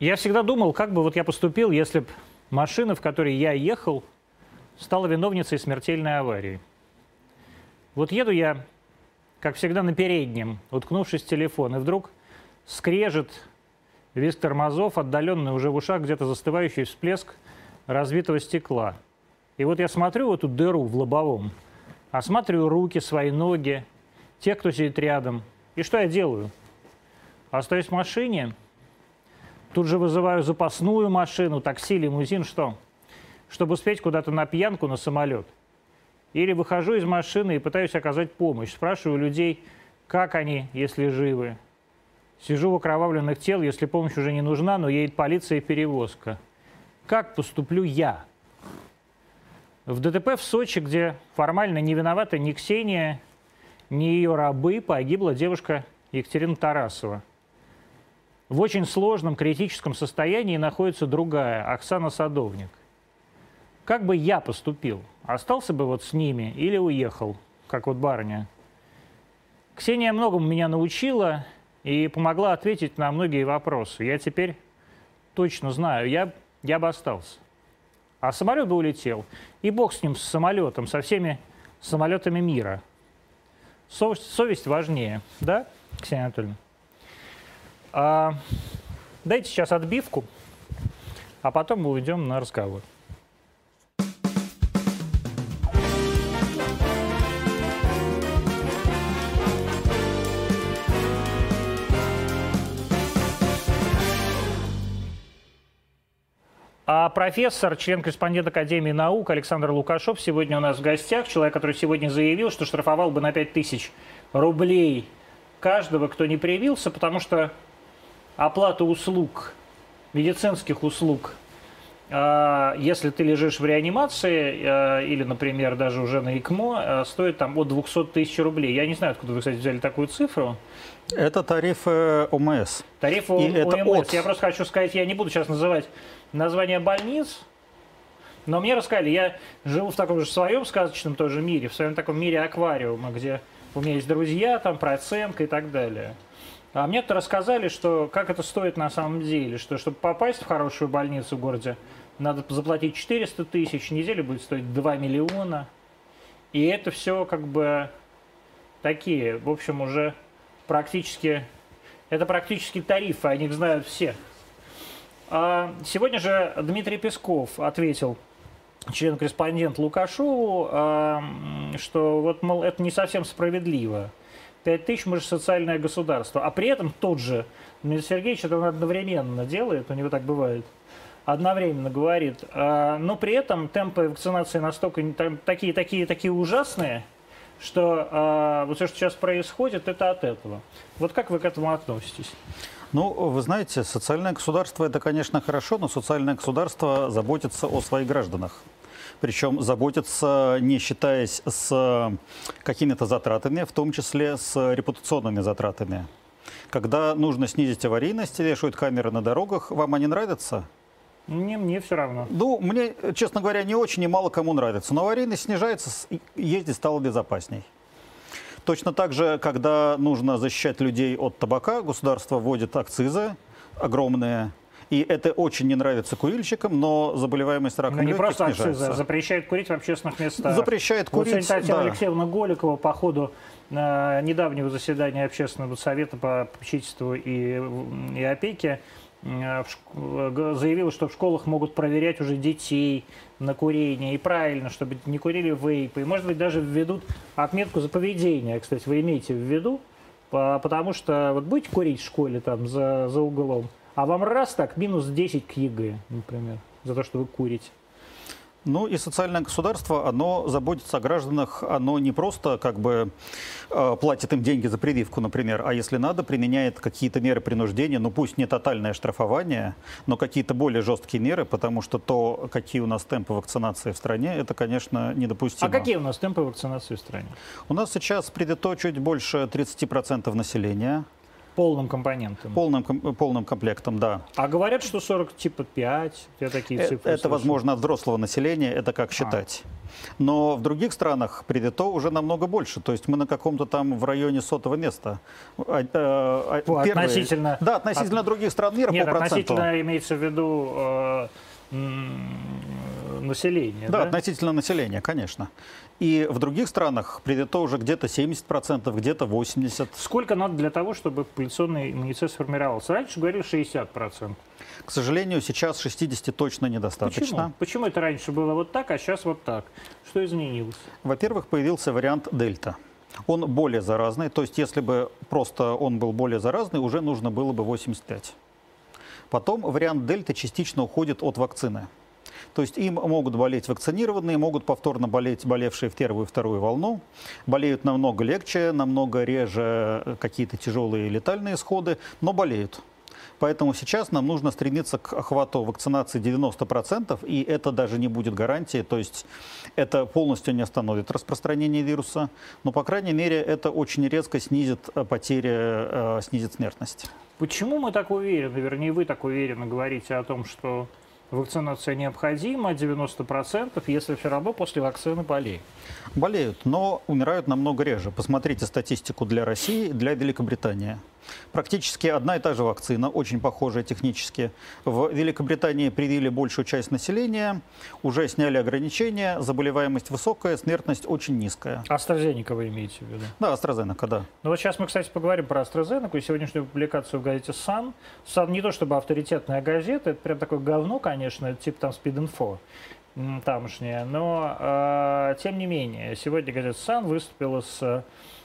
Я всегда думал, как бы вот я поступил, если бы машина, в которой я ехал, стала виновницей смертельной аварии. Вот еду я, как всегда, на переднем, уткнувшись в телефон, и вдруг скрежет, визг тормозов, отдаленный уже в ушах, где-то застывающий всплеск разбитого стекла. И вот я смотрю в эту дыру в лобовом, осматриваю руки, свои ноги, тех, кто сидит рядом. И что я делаю? Остаюсь в машине, тут же вызываю запасную машину, такси, лимузин, что? Чтобы успеть куда-то на пьянку, на самолет. Или выхожу из машины и пытаюсь оказать помощь. Спрашиваю людей, как они, если живы. Сижу в окровавленных тел, если помощь уже не нужна, но едет полиция и перевозка. Как поступлю я? В ДТП в Сочи, где формально не виновата ни Ксения, ни ее рабы, погибла девушка Екатерина Тарасова. В очень сложном критическом состоянии находится другая, Оксана Садовник. Как бы я поступил? Остался бы вот с ними или уехал, как вот барыня? Ксения многому меня научила и помогла ответить на многие вопросы. Я теперь точно знаю, я бы остался. А самолет бы улетел. И бог с ним, с самолетом, со всеми самолетами мира. Совесть важнее, да, Ксения Анатольевна? Дайте сейчас отбивку, а потом мы уйдем на разговор. А профессор, член-корреспондент Академии наук Александр Лукашов сегодня у нас в гостях. Человек, который сегодня заявил, что штрафовал бы на 5000 рублей каждого, кто не привился, потому что оплата услуг, медицинских услуг, если ты лежишь в реанимации или, например, даже уже на ЭКМО, стоит там от 200 тысяч рублей. Я не знаю, откуда вы, кстати, взяли такую цифру. Это тариф ОМС. Тариф ОМС. Я просто хочу сказать, я не буду сейчас называть название больниц, но мне рассказали, я живу в таком же своем сказочном тоже мире, в своем таком мире аквариума, где у меня есть друзья, там процентка и так далее. А мне-то рассказали, что как это стоит на самом деле, что чтобы попасть в хорошую больницу в городе, надо заплатить 400 тысяч, неделю будет стоить 2 миллиона. И это все как бы такие, в общем, уже практически, это практически тарифы, о них знают все. Сегодня же Дмитрий Песков ответил, член-корреспондент Лукашову, что вот, мол, это не совсем справедливо. 5000 мы же социальное государство. А при этом тот же Дмитрий Сергеевич это он одновременно делает, у него так бывает, одновременно говорит, но при этом темпы вакцинации настолько такие ужасные, что вот все, что сейчас происходит, это от этого. Вот как вы к этому относитесь? Ну, вы знаете, социальное государство – это, конечно, хорошо, но социальное государство заботится о своих гражданах. Причем заботится, не считаясь с какими-то затратами, в том числе с репутационными затратами. Когда нужно снизить аварийность, вешают камеры на дорогах, вам они нравятся? Мне все равно. Ну, мне, честно говоря, не очень и мало кому нравится. Но аварийность снижается, ездить стало безопасней. Точно так же, когда нужно защищать людей от табака, государство вводит акцизы огромные. И это очень не нравится курильщикам, но заболеваемость раком легких снижается. Не просто акцизы, запрещает курить в общественных местах. Запрещает курить, вот Татьяна Алексеевна Голикова по ходу недавнего заседания Общественного совета по попечительству и опеке заявила, что в школах могут проверять уже детей на курение. И правильно, чтобы не курили вейпы. И, может быть, даже введут отметку за поведение. Кстати, вы имеете в виду, потому что вот будете курить в школе там за углом, а вам раз так минус 10 к ЕГЭ, например, за то, что вы курите. Ну и социальное государство, оно заботится о гражданах, оно не просто как бы платит им деньги за прививку, например, а если надо, применяет какие-то меры принуждения, ну пусть не тотальное штрафование, но какие-то более жесткие меры, потому что то, какие у нас темпы вакцинации в стране, это, конечно, недопустимо. А какие у нас темпы вакцинации в стране? У нас сейчас привито чуть больше 30% населения. Полным компонентом. Полным комплектом, да. А говорят, что 40 типа 5, я такие цифры Это возможно от взрослого населения, это как считать. Но в других странах предето уже намного больше. То есть мы на каком-то там в районе 100-го места. Относительно... Да, относительно других стран мира Нет, по проценту. относительно имеется в виду население. Да, да, относительно населения, конечно. И в других странах предето уже где-то 70%, где-то 80%. Сколько надо для того, чтобы популяционный иммунитет сформировался? Раньше говорили 60%. К сожалению, сейчас 60 точно недостаточно. Почему? Почему это раньше было вот так, а сейчас вот так? Что изменилось? Во-первых, появился вариант дельта. Он более заразный, то есть если бы просто он был более заразный, уже нужно было бы 85. Потом вариант дельта частично уходит от вакцины. То есть им могут болеть вакцинированные, могут повторно болеть болевшие в первую и вторую волну. Болеют намного легче, намного реже какие-то тяжелые летальные исходы, но болеют. Поэтому сейчас нам нужно стремиться к охвату вакцинации 90%, и это даже не будет гарантией, то есть это полностью не остановит распространение вируса, но, по крайней мере, это очень резко снизит потери, снизит смертность. Почему мы так уверены, вернее, вы так уверенно говорите о том, что вакцинация необходима 90%, если все равно после вакцины болеют? Болеют, но умирают намного реже. Посмотрите статистику для России, для Великобритании. Практически одна и та же вакцина, очень похожая технически. В Великобритании привили большую часть населения, уже сняли ограничения, заболеваемость высокая, смертность очень низкая. AstraZeneca вы имеете в виду? Да, AstraZeneca, да. Ну вот сейчас мы, кстати, поговорим про AstraZeneca и сегодняшнюю публикацию в газете Sun. Sun не то чтобы авторитетная газета, это прям такое говно, конечно, это типа там Speed.info тамошняя, но тем не менее, сегодня газета Sun выступила с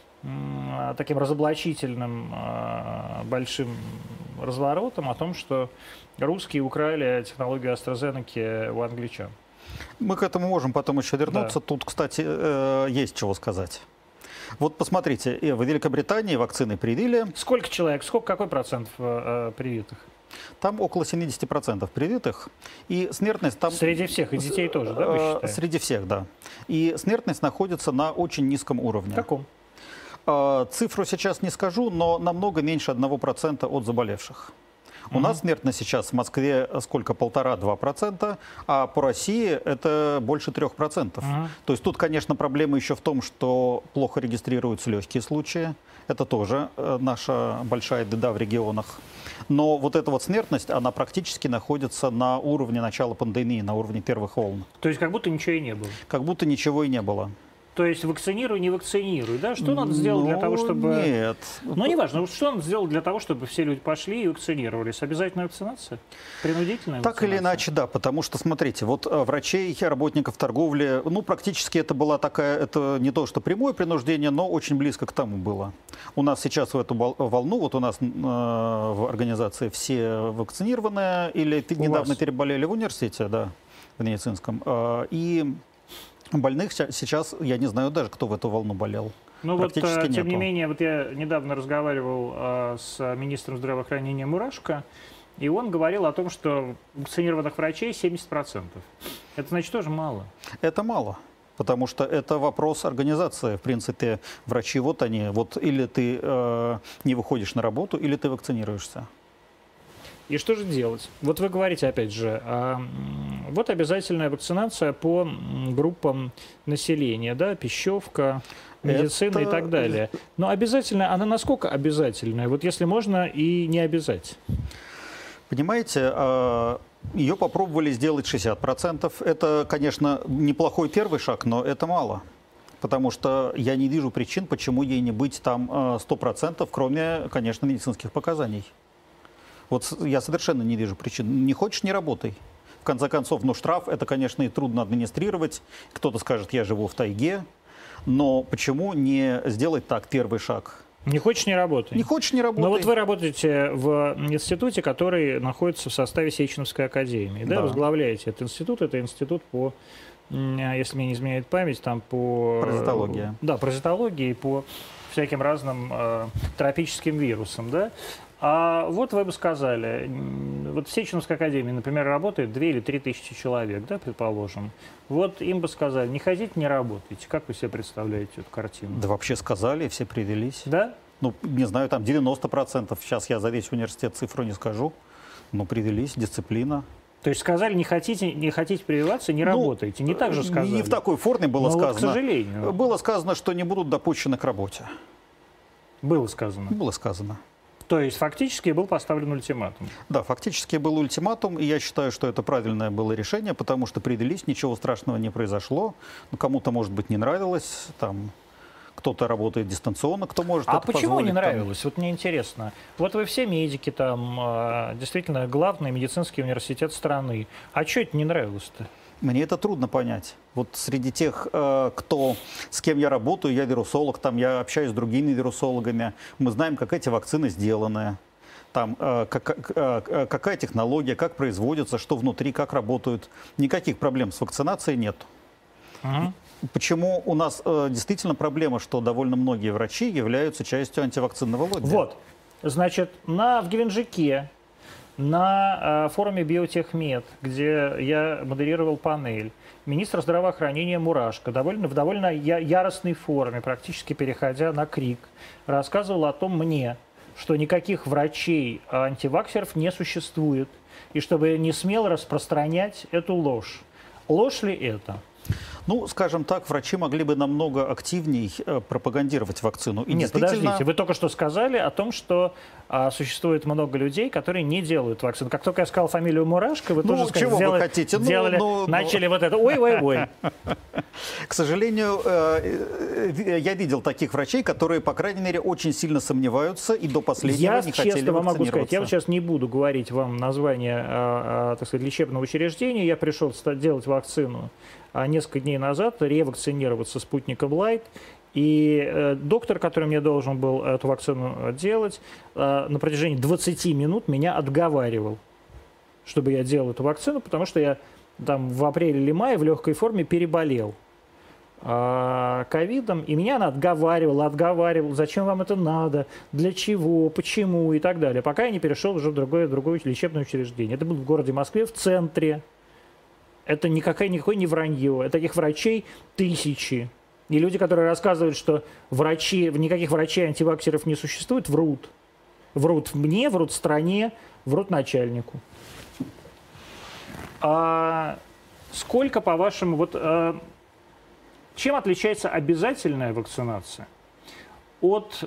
таким разоблачительным большим разворотом о том, что русские украли технологию AstraZeneca у англичан. Мы к этому можем потом еще вернуться. Да. Тут, кстати, есть чего сказать. Вот посмотрите, в Великобритании вакцины привили. Сколько человек, какой процент привитых? Там около 70% привитых. И смертность там... Среди всех, и детей тоже, да, вы считаете? Среди всех, да. И смертность находится на очень низком уровне. Каком? Цифру сейчас не скажу, но намного меньше 1% от заболевших. У нас смертность сейчас в Москве сколько? 1,5–2%, а по России это больше 3%. То есть тут, конечно, проблема еще в том, что плохо регистрируются легкие случаи. Это тоже наша большая беда в регионах. Но вот эта вот смертность, она практически находится на уровне начала пандемии, на уровне первых волн. То есть как будто ничего и не было? Как будто ничего и не было. То есть вакцинируй, не вакцинируй, да? Что надо сделать для того, чтобы... Нет. Ну, неважно, что надо сделать для того, чтобы все люди пошли и вакцинировались? Обязательная вакцинация? Принудительная Так вакцинация? или иначе, да, потому что, смотрите, вот врачей, работников торговли, ну, практически это была такая, это не то, что прямое принуждение, но очень близко к тому было. У нас сейчас в эту волну, вот у нас в организации все вакцинированные или недавно переболели в университете, да, в медицинском, и... Больных сейчас, я не знаю даже, кто в эту волну болел. Ну вот, тем не менее, вот я недавно разговаривал с министром здравоохранения Мурашко, и он говорил о том, что вакцинированных врачей 70%. Это значит тоже мало. Это мало. Потому что это вопрос организации. В принципе, врачи, вот они, вот или ты не выходишь на работу, или ты вакцинируешься. И что же делать? Вот вы говорите, опять же, вот обязательная вакцинация по группам населения, да, пищевка, медицина и так далее. Но обязательно, она насколько обязательная? Вот если можно и не обязать. Понимаете, ее попробовали сделать 60%. Это, конечно, неплохой первый шаг, но это мало. Потому что я не вижу причин, почему ей не быть там 100%, кроме, конечно, медицинских показаний. Вот я совершенно не вижу причин. Не хочешь — не работай. В конце концов, ну, штраф, это, конечно, и трудно администрировать. Кто-то скажет, я живу в тайге. Но почему не сделать так первый шаг? Не хочешь — не работай. Не хочешь — не работай. Но вот вы работаете в институте, который находится в составе Сеченовской академии. Да? Возглавляете этот институт. Это институт по, если мне не изменяет память, там по... Паразитология. Да, паразитологии, по всяким разным тропическим вирусам, да? А вот вы бы сказали, вот в Сеченовской академии, например, работает 2 или 3 тысячи человек, да, предположим. Вот им бы сказали, не хотите — не работайте. Как вы себе представляете эту картину? Да вообще сказали, все привелись. Да? Ну, не знаю, там 90%. Сейчас я за весь университет цифру не скажу. Но привелись, дисциплина. То есть сказали, не хотите прививаться, не работаете. Не так же сказали. Не в такой форме было сказано. Вот, к сожалению. Было сказано, что не будут допущены к работе. Было сказано. Было сказано. То есть фактически был поставлен ультиматум. Да, фактически был ультиматум, и я считаю, что это правильное было решение, потому что привелись, ничего страшного не произошло. Ну, кому-то, может быть, не нравилось, там... Кто-то работает дистанционно, кто может это позволить. А почему не нравилось? Вот мне интересно. Вот вы все медики, там, действительно, главный медицинский университет страны. А что это не нравилось-то? Мне это трудно понять. Вот среди тех, с кем я работаю, я вирусолог, там я общаюсь с другими вирусологами, мы знаем, как эти вакцины сделаны, там, какая технология, как производится, что внутри, как работают. Никаких проблем с вакцинацией нет. Угу. Почему у нас действительно проблема, что довольно многие врачи являются частью антивакцинного лобби? Вот, значит, в Геленджике, на форуме «Биотехмед», где я модерировал панель, министр здравоохранения Мурашко в довольно яростной форме, практически переходя на крик, рассказывал о том мне, что никаких врачей-антиваксеров не существует, и чтобы не смел распространять эту ложь. Ложь ли это? Ну, скажем так, врачи могли бы намного активнее пропагандировать вакцину. И Нет, подождите, вы только что сказали о том, что существует много людей, которые не делают вакцину. Как только я сказал фамилию Мурашко, вы тоже сказали, чего вы хотите? Начали вот это, ой-ой-ой. К сожалению, я видел таких врачей, которые, по крайней мере, очень сильно сомневаются и до последнего не хотели вакцинироваться. Я честно вам могу сказать, я вот сейчас не буду говорить вам название, так сказать, лечебного учреждения. Я пришел делать вакцину несколько дней назад, ревакцинироваться спутником Лайт. И доктор, который мне должен был эту вакцину делать, на протяжении 20 минут меня отговаривал, чтобы я делал эту вакцину, потому что я там в апреле или мае в легкой форме переболел ковидом, и меня она отговаривала, зачем вам это надо, для чего, почему и так далее, пока я не перешел уже в другое лечебное учреждение. Это было в городе Москве, в центре. Это никакое не вранье. Таких врачей тысячи. И люди, которые рассказывают, что никаких врачей-антиваксеров не существует, врут. Врут мне, врут стране, врут начальнику. Сколько, по-вашему, чем отличается обязательная вакцинация от,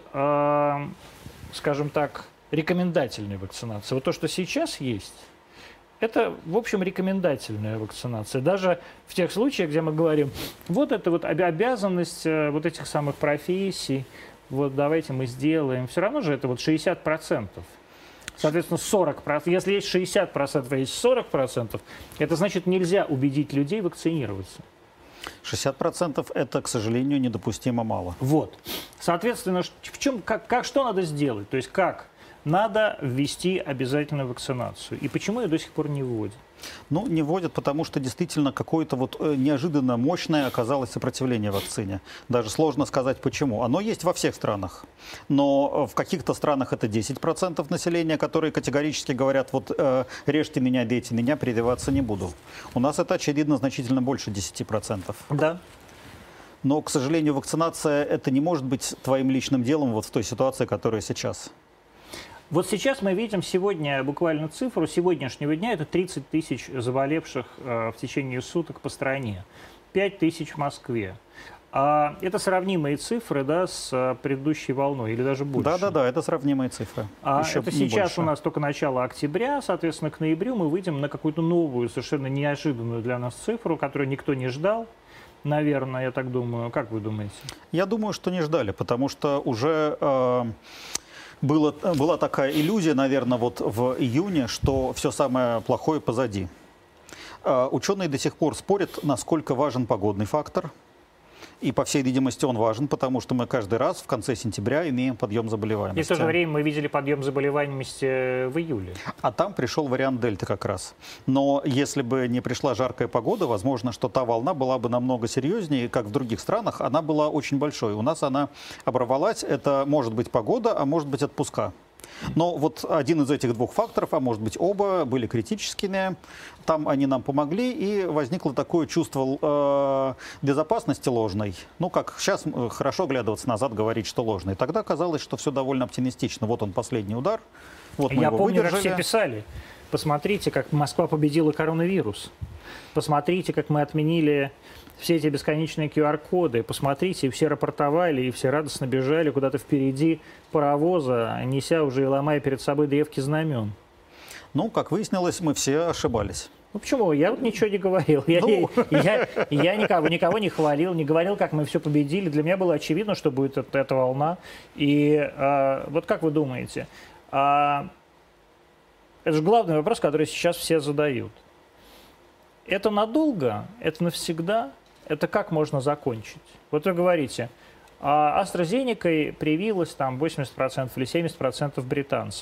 скажем так, рекомендательной вакцинации? Вот то, что сейчас есть, это, в общем, рекомендательная вакцинация. Даже в тех случаях, где мы говорим, вот это вот обязанность вот этих самых профессий, вот давайте мы сделаем. Все равно же это вот 60%. Соответственно, 40%. Если есть 60%, а есть 40%, это значит, нельзя убедить людей вакцинироваться. 60% это, к сожалению, недопустимо мало. Вот. Соответственно, что надо сделать? То есть как надо ввести обязательную вакцинацию? И почему ее до сих пор не вводят? Ну, не вводят, потому что действительно какое-то неожиданно мощное оказалось сопротивление вакцине. Даже сложно сказать почему. Оно есть во всех странах. Но в каких-то странах это 10% населения, которые категорически говорят, режьте меня, бейте меня, прививаться не буду. У нас это, очевидно, значительно больше 10%. Да. Но, к сожалению, вакцинация это не может быть твоим личным делом в той ситуации, которая сейчас. Вот сейчас мы видим буквально цифру сегодняшнего дня, это 30 тысяч заболевших в течение суток по стране, 5 тысяч в Москве. Это сравнимые цифры, да, с предыдущей волной или даже больше? Да, это сравнимые цифры. Это сейчас у нас только начало октября, соответственно, к ноябрю мы выйдем на какую-то новую, совершенно неожиданную для нас цифру, которую никто не ждал. Наверное, я так думаю. Как вы думаете? Я думаю, что не ждали, потому что уже... Была такая иллюзия, наверное, в июне, что все самое плохое позади. Ученые до сих пор спорят, насколько важен погодный фактор. И, по всей видимости, он важен, потому что мы каждый раз в конце сентября имеем подъем заболеваемости. И в то же время мы видели подъем заболеваемости в июле. А там пришел вариант дельты как раз. Но если бы не пришла жаркая погода, возможно, что та волна была бы намного серьезнее, как в других странах. Она была очень большой. У нас она оборвалась. Это может быть погода, а может быть отпуска. Но вот один из этих двух факторов, а может быть оба, были критическими. Там они нам помогли, и возникло такое чувство безопасности ложной. Ну, как сейчас хорошо оглядываться назад, говорить, что ложный. Тогда казалось, что все довольно оптимистично. Вот он, последний удар. Вот мы Я его помню, выдержали. как все писали. Посмотрите, как Москва победила коронавирус. Посмотрите, как мы отменили все эти бесконечные QR-коды. Посмотрите, и все рапортовали, и все радостно бежали куда-то впереди паровоза, неся уже и ломая перед собой древки знамен. Ну, как выяснилось, мы все ошибались. Ну почему? Я вот ничего не говорил. Я никого не хвалил, не говорил, как мы все победили. Для меня было очевидно, что будет эта волна. И вот как вы думаете, это же главный вопрос, который сейчас все задают. Это надолго? Это навсегда? Это как можно закончить? Вот вы говорите, AstraZeneca привилось там 80% или 70% британцев.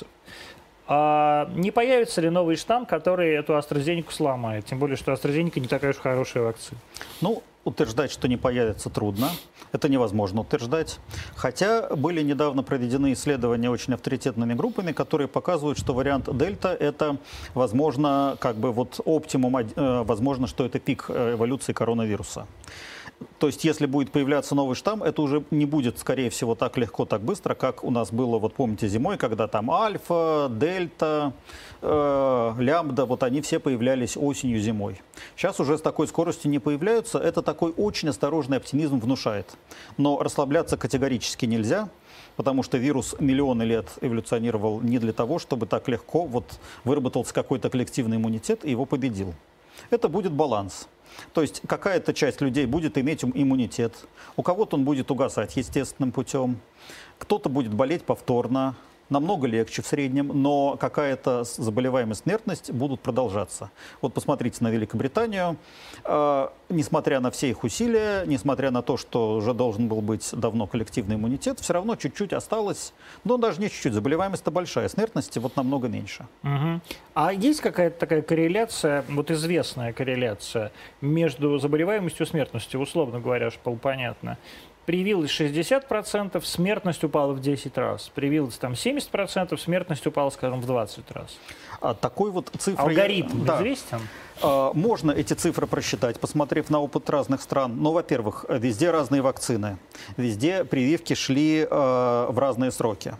Не появится ли новый штамм, который эту AstraZeneca сломает? Тем более, что AstraZeneca не такая уж хорошая вакцина. Ну, утверждать, что не появится, трудно. Это невозможно утверждать. Хотя были недавно проведены исследования очень авторитетными группами, которые показывают, что вариант дельта – это, возможно, как бы вот оптимум, возможно, что это пик эволюции коронавируса. То есть, если будет появляться новый штамм, это уже не будет, скорее всего, так легко, так быстро, как у нас было, вот помните, зимой, когда там альфа, дельта, лямбда, вот они все появлялись осенью, зимой. Сейчас уже с такой скоростью не появляются. Это такой очень осторожный оптимизм внушает. Но расслабляться категорически нельзя, потому что вирус миллионы лет эволюционировал не для того, чтобы так легко вот выработался какой-то коллективный иммунитет и его победил. Это будет баланс. То есть какая-то часть людей будет иметь иммунитет, у кого-то он будет угасать естественным путем, кто-то будет болеть повторно, намного легче в среднем, но какая-то заболеваемость, смертность будут продолжаться. Вот посмотрите на Великобританию. Несмотря на все их усилия, несмотря на то, что уже должен был быть давно коллективный иммунитет, все равно чуть-чуть осталось, но даже не чуть-чуть, заболеваемость-то большая, смертности вот намного меньше. Угу. А есть какая-то такая корреляция, вот известная корреляция между заболеваемостью и смертностью, условно говоря, чтобы понятно? Привилось 60%, смертность упала в 10 раз. Привилось там 70%, смертность упала, скажем, в 20 раз. Такой вот цифры... Алгоритм известен? Можно эти цифры просчитать, посмотрев на опыт разных стран. Но, во-первых, везде разные вакцины. Везде прививки шли в разные сроки.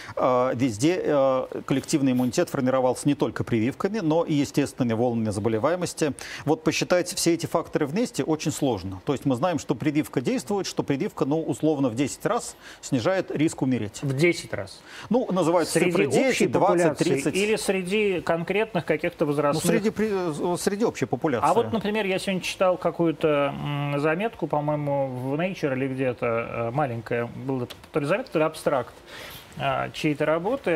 Везде коллективный иммунитет формировался не только прививками, но и естественными волнами заболеваемости. Вот посчитать все эти факторы вместе очень сложно. То есть мы знаем, что прививка действует, что прививка, ну, условно, в 10 раз снижает риск умереть. В 10 раз? Ну, называют цифры 10, 20, 30. Или среди конкретных каких-то возрастных? Ну, среди общей популяции. А вот, например, я сегодня читал какую-то заметку, по-моему, в Nature или где-то, маленькая, была то ли заметка, то ли абстракт чьей-то работы,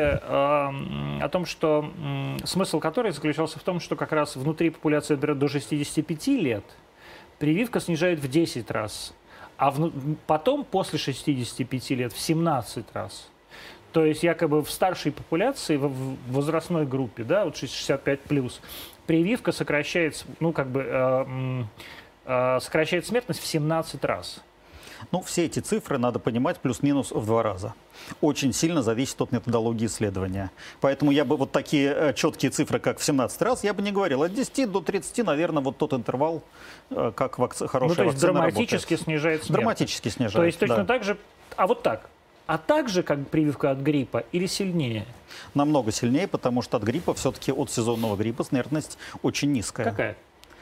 о том, что смысл которой заключался в том, что как раз внутри популяции до 65 лет прививка снижает в 10 раз, а потом, после 65 лет, в 17 раз. То есть якобы в старшей популяции, в возрастной группе, да, вот 65+, прививка сокращает, ну, как бы, сокращает смертность в 17 раз. Ну, все эти цифры надо понимать плюс-минус в 2 раза. Очень сильно зависит от методологии исследования. Поэтому я бы вот такие четкие цифры, как в 17 раз, я бы не говорил. От 10 до 30, наверное, вот тот интервал, как хорошая вакцина работает. Ну, то есть драматически снижает смертность. Драматически снижает, то есть точно да. так же, а вот так. А так же, как прививка от гриппа, или сильнее? Намного сильнее, потому что от гриппа, все-таки от сезонного гриппа смертность очень низкая. Какая?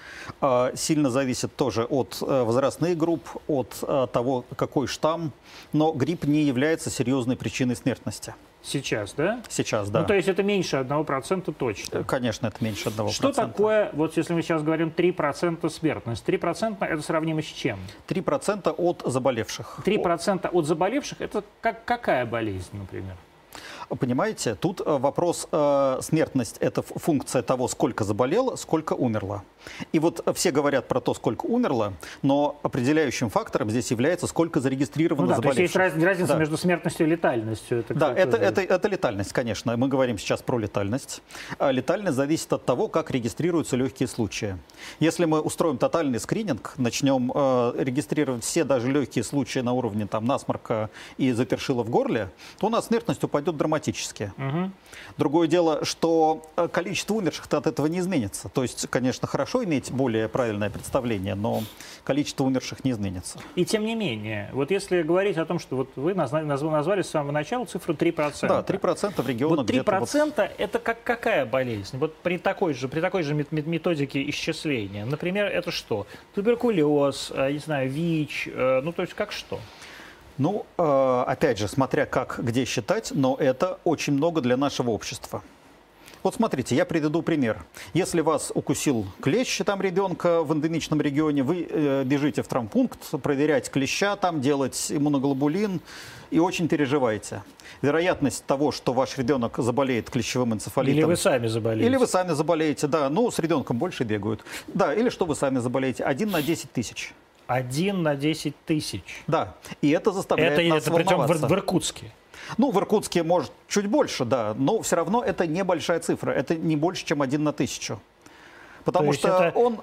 Сильно зависит тоже от возрастных групп, от того, какой штамм. Но грипп не является серьезной причиной смертности. Сейчас, да? Сейчас, да. Ну, то есть это меньше 1% точно? Конечно, это меньше 1%. Что такое, вот если мы сейчас говорим 3% смертность, 3% это сравнимо с чем? 3% от заболевших. 3% от заболевших, это какая болезнь, например? Понимаете, тут вопрос, смертность – это функция того, сколько заболело, сколько умерло. И вот все говорят про то, сколько умерло, но определяющим фактором здесь является, сколько зарегистрировано заболевших. То есть есть разница между смертностью и летальностью. Это летальность, конечно. Мы говорим сейчас про летальность. Летальность зависит от того, как регистрируются легкие случаи. Если мы устроим тотальный скрининг, начнем регистрировать все даже легкие случаи на уровне там, насморка и запершило в горле, то у нас смертность упадет драматически. автоматически. Другое дело, что количество умерших от этого не изменится. То есть, конечно, хорошо иметь более правильное представление, но количество умерших не изменится. И тем не менее, вот если говорить о том, что вот вы назвали с самого начала цифру 3%. Да, 3% в регионах. Вот 3% это какая болезнь? Вот при такой же методике исчисления. Например, это что? Туберкулез, не знаю, ВИЧ, ну то есть как что? Ну, опять же, смотря как, где считать, но это очень много для нашего общества. Вот смотрите, я приведу пример. Если вас укусил клещ, там ребенка в эндемичном регионе, вы бежите в травмпункт, проверять клеща, там делать иммуноглобулин и очень переживаете. Вероятность того, что ваш ребенок заболеет клещевым энцефалитом... Или вы сами заболеете. Или вы сами заболеете, да. Ну, с ребенком больше бегают. Да, или что вы сами заболеете. 1 на 10 тысяч. 1 на 10 тысяч. Да, и это заставляет нас волноваться. Причем в Иркутске. Ну, в Иркутске, может, чуть больше, да, но все равно это небольшая цифра. Это не больше, чем 1 на 1000. Потому что это он...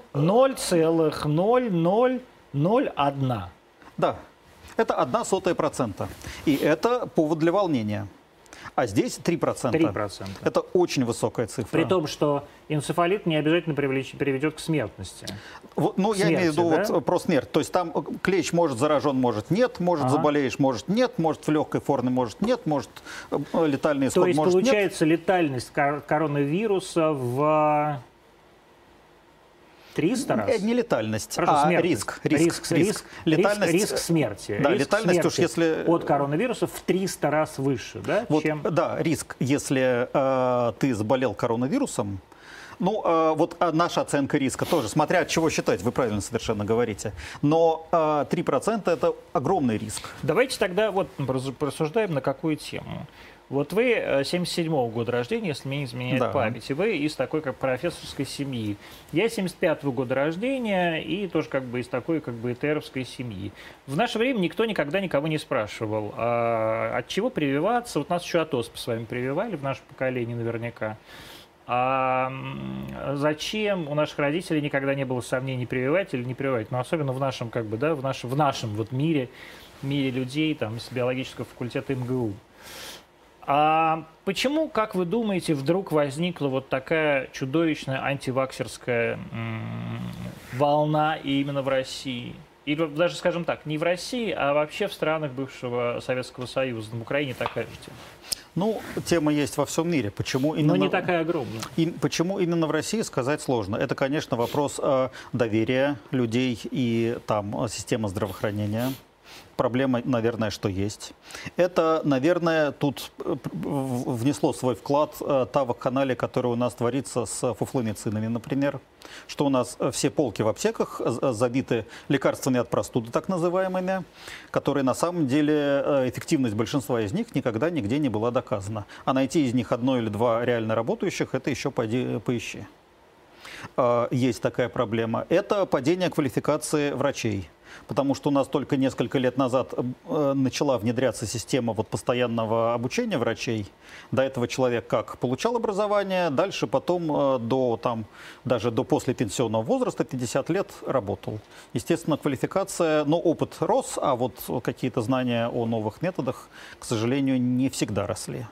0,0001. Да, это 0,01%. И это повод для волнения. А здесь 3%. 3%. Это очень высокая цифра. При том, что энцефалит не обязательно приведет к смертности. Вот, ну, я имею в виду да? вот про смерть. То есть там клещ может заражен, может нет, может заболеешь, может нет, может в легкой форме, может нет, может летальный исход, может нет. То есть получается летальность коронавируса в 300 раз? Не летальность, Хорошо, риск. Летальность, риск смерти. Да, риск летальность смерти уж если... от коронавируса в 300 раз выше, да, вот, чем... Да, риск, если ты заболел коронавирусом. Ну, вот наша оценка риска тоже, смотря от чего считать, вы правильно совершенно говорите. Но 3% это огромный риск. Давайте тогда вот порассуждаем на какую тему. Вот вы 77-го года рождения, если мне не изменяет память, и вы из такой как профессорской семьи. Я 75-го года рождения и тоже как бы из такой как бы этеровской семьи. В наше время никто никогда никого не спрашивал, от чего прививаться. Вот нас еще АТОС с вами прививали в нашем поколении наверняка. А зачем у наших родителей никогда не было сомнений, прививать или не прививать? Но особенно в нашем как бы, да, в нашем вот мире людей там с биологического факультета МГУ. А почему, как вы думаете, вдруг возникла вот такая чудовищная антиваксерская волна именно в России? Или даже, скажем так, не в России, а вообще в странах бывшего Советского Союза. В Украине такая же тема. Ну, тема есть во всем мире. Почему именно... Но не такая огромная. Почему именно в России, сказать сложно. Это, конечно, вопрос доверия людей и там системы здравоохранения. Проблема, наверное, что есть. Это, наверное, тут внесло свой вклад та вакханалия, которая у нас творится с фуфломицинами, например. Что у нас все полки в аптеках забиты лекарствами от простуды, так называемыми, которые на самом деле эффективность большинства из них никогда нигде не была доказана. А найти из них одно или два реально работающих, это еще поищи. Есть такая проблема. Это падение квалификации врачей. Потому что у нас только несколько лет назад начала внедряться система вот постоянного обучения врачей. До этого человек как получал образование, дальше потом даже до послепенсионного возраста, 50 лет, работал. Естественно, квалификация, но опыт рос, а вот какие-то знания о новых методах, к сожалению, не всегда росли.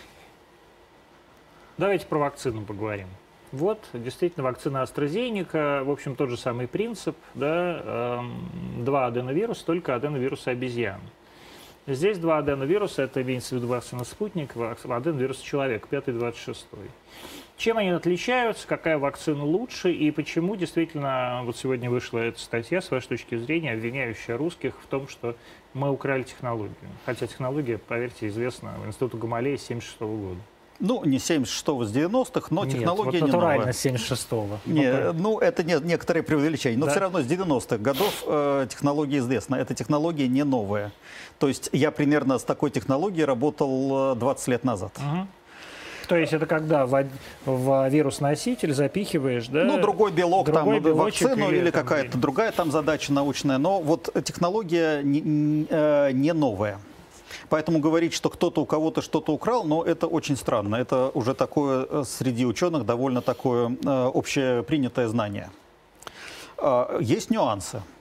Давайте про вакцину поговорим. Вот, действительно, вакцина AstraZeneca, в общем, тот же самый принцип, да, 2 аденовируса, только аденовирусы обезьян. Здесь 2 аденовируса, это имеется в виду вакцина «Спутник», аденовирус человека, 5-й, 26-й. Чем они отличаются, какая вакцина лучше и почему действительно, вот сегодня вышла эта статья, с вашей точки зрения, обвиняющая русских в том, что мы украли технологию. Хотя технология, поверьте, известна в Институте Гамалея с 1976 года. Ну, не 76-го, с 90-х, но нет, технология вот не новая. натурально с 76-го. Ну, это некоторые преувеличения. Но да? все равно с 90-х годов технология известна. Эта технология не новая. То есть я примерно с такой технологией работал 20 лет назад. Угу. То есть это когда в вирус-носитель запихиваешь, да? Ну, другой белок, там, вакцину или там, какая-то другая там задача научная. Но вот технология не новая. Поэтому говорить, что кто-то у кого-то что-то украл, но это очень странно. Это уже такое среди ученых довольно такое общепринятое знание. Есть нюансы.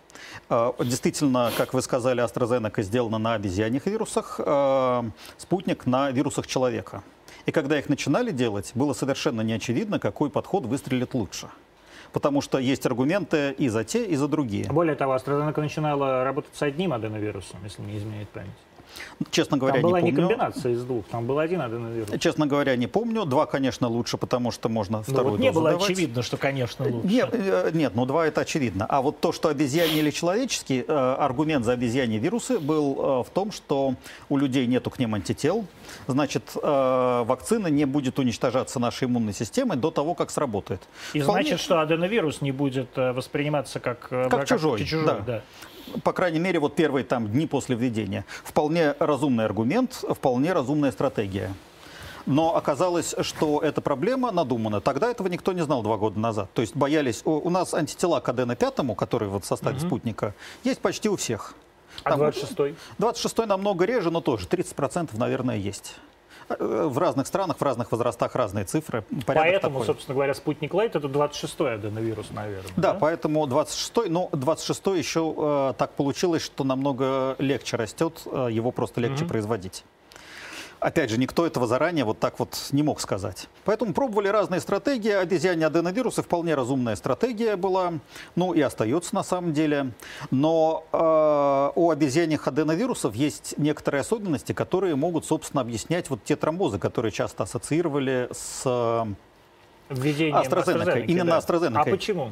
Действительно, как вы сказали, AstraZeneca сделана на обезьяньих вирусах, спутник на вирусах человека. И когда их начинали делать, было совершенно неочевидно, какой подход выстрелит лучше. Потому что есть аргументы и за те, и за другие. Более того, AstraZeneca начинала работать с одним аденовирусом, если не изменяет память. Честно говоря, там была не не помню. комбинация из двух, там был один аденовирус. Честно говоря, не помню. Два, конечно, лучше, потому что можно вторую вот не дозу было давать. очевидно, что, конечно, лучше. Нет, ну два это очевидно. А вот то, что обезьяний или человеческий, аргумент за обезьяний вирусы был в том, что у людей нету к ним антител, значит, вакцина не будет уничтожаться нашей иммунной системой до того, как сработает. И значит, что аденовирус не будет восприниматься как чужой. Да. По крайней мере, вот первые там дни после введения. Вполне разумный аргумент, вполне разумная стратегия. Но оказалось, что эта проблема надумана. Тогда этого никто не знал 2 года назад. То есть боялись... У нас антитела к АДН-5, который вот в составе спутника, есть почти у всех. А 26-й? 26-й намного реже, но тоже 30%, наверное, есть. В разных странах, в разных возрастах разные цифры. Поэтому, такой. собственно говоря, спутник Лайт это 26-й аденовирус, наверное. Да, поэтому 26-й, но 26-й еще так получилось, что намного легче растет, его просто легче производить. Опять же, никто этого заранее вот так вот не мог сказать. Поэтому пробовали разные стратегии. Обезьяне аденовирусы вполне разумная стратегия была. Ну и остается на самом деле. Но у обезьяньих аденовирусов есть некоторые особенности, которые могут, собственно, объяснять вот те тромбозы, которые часто ассоциировали с... Введением AstraZeneca. Именно да. AstraZeneca. А почему?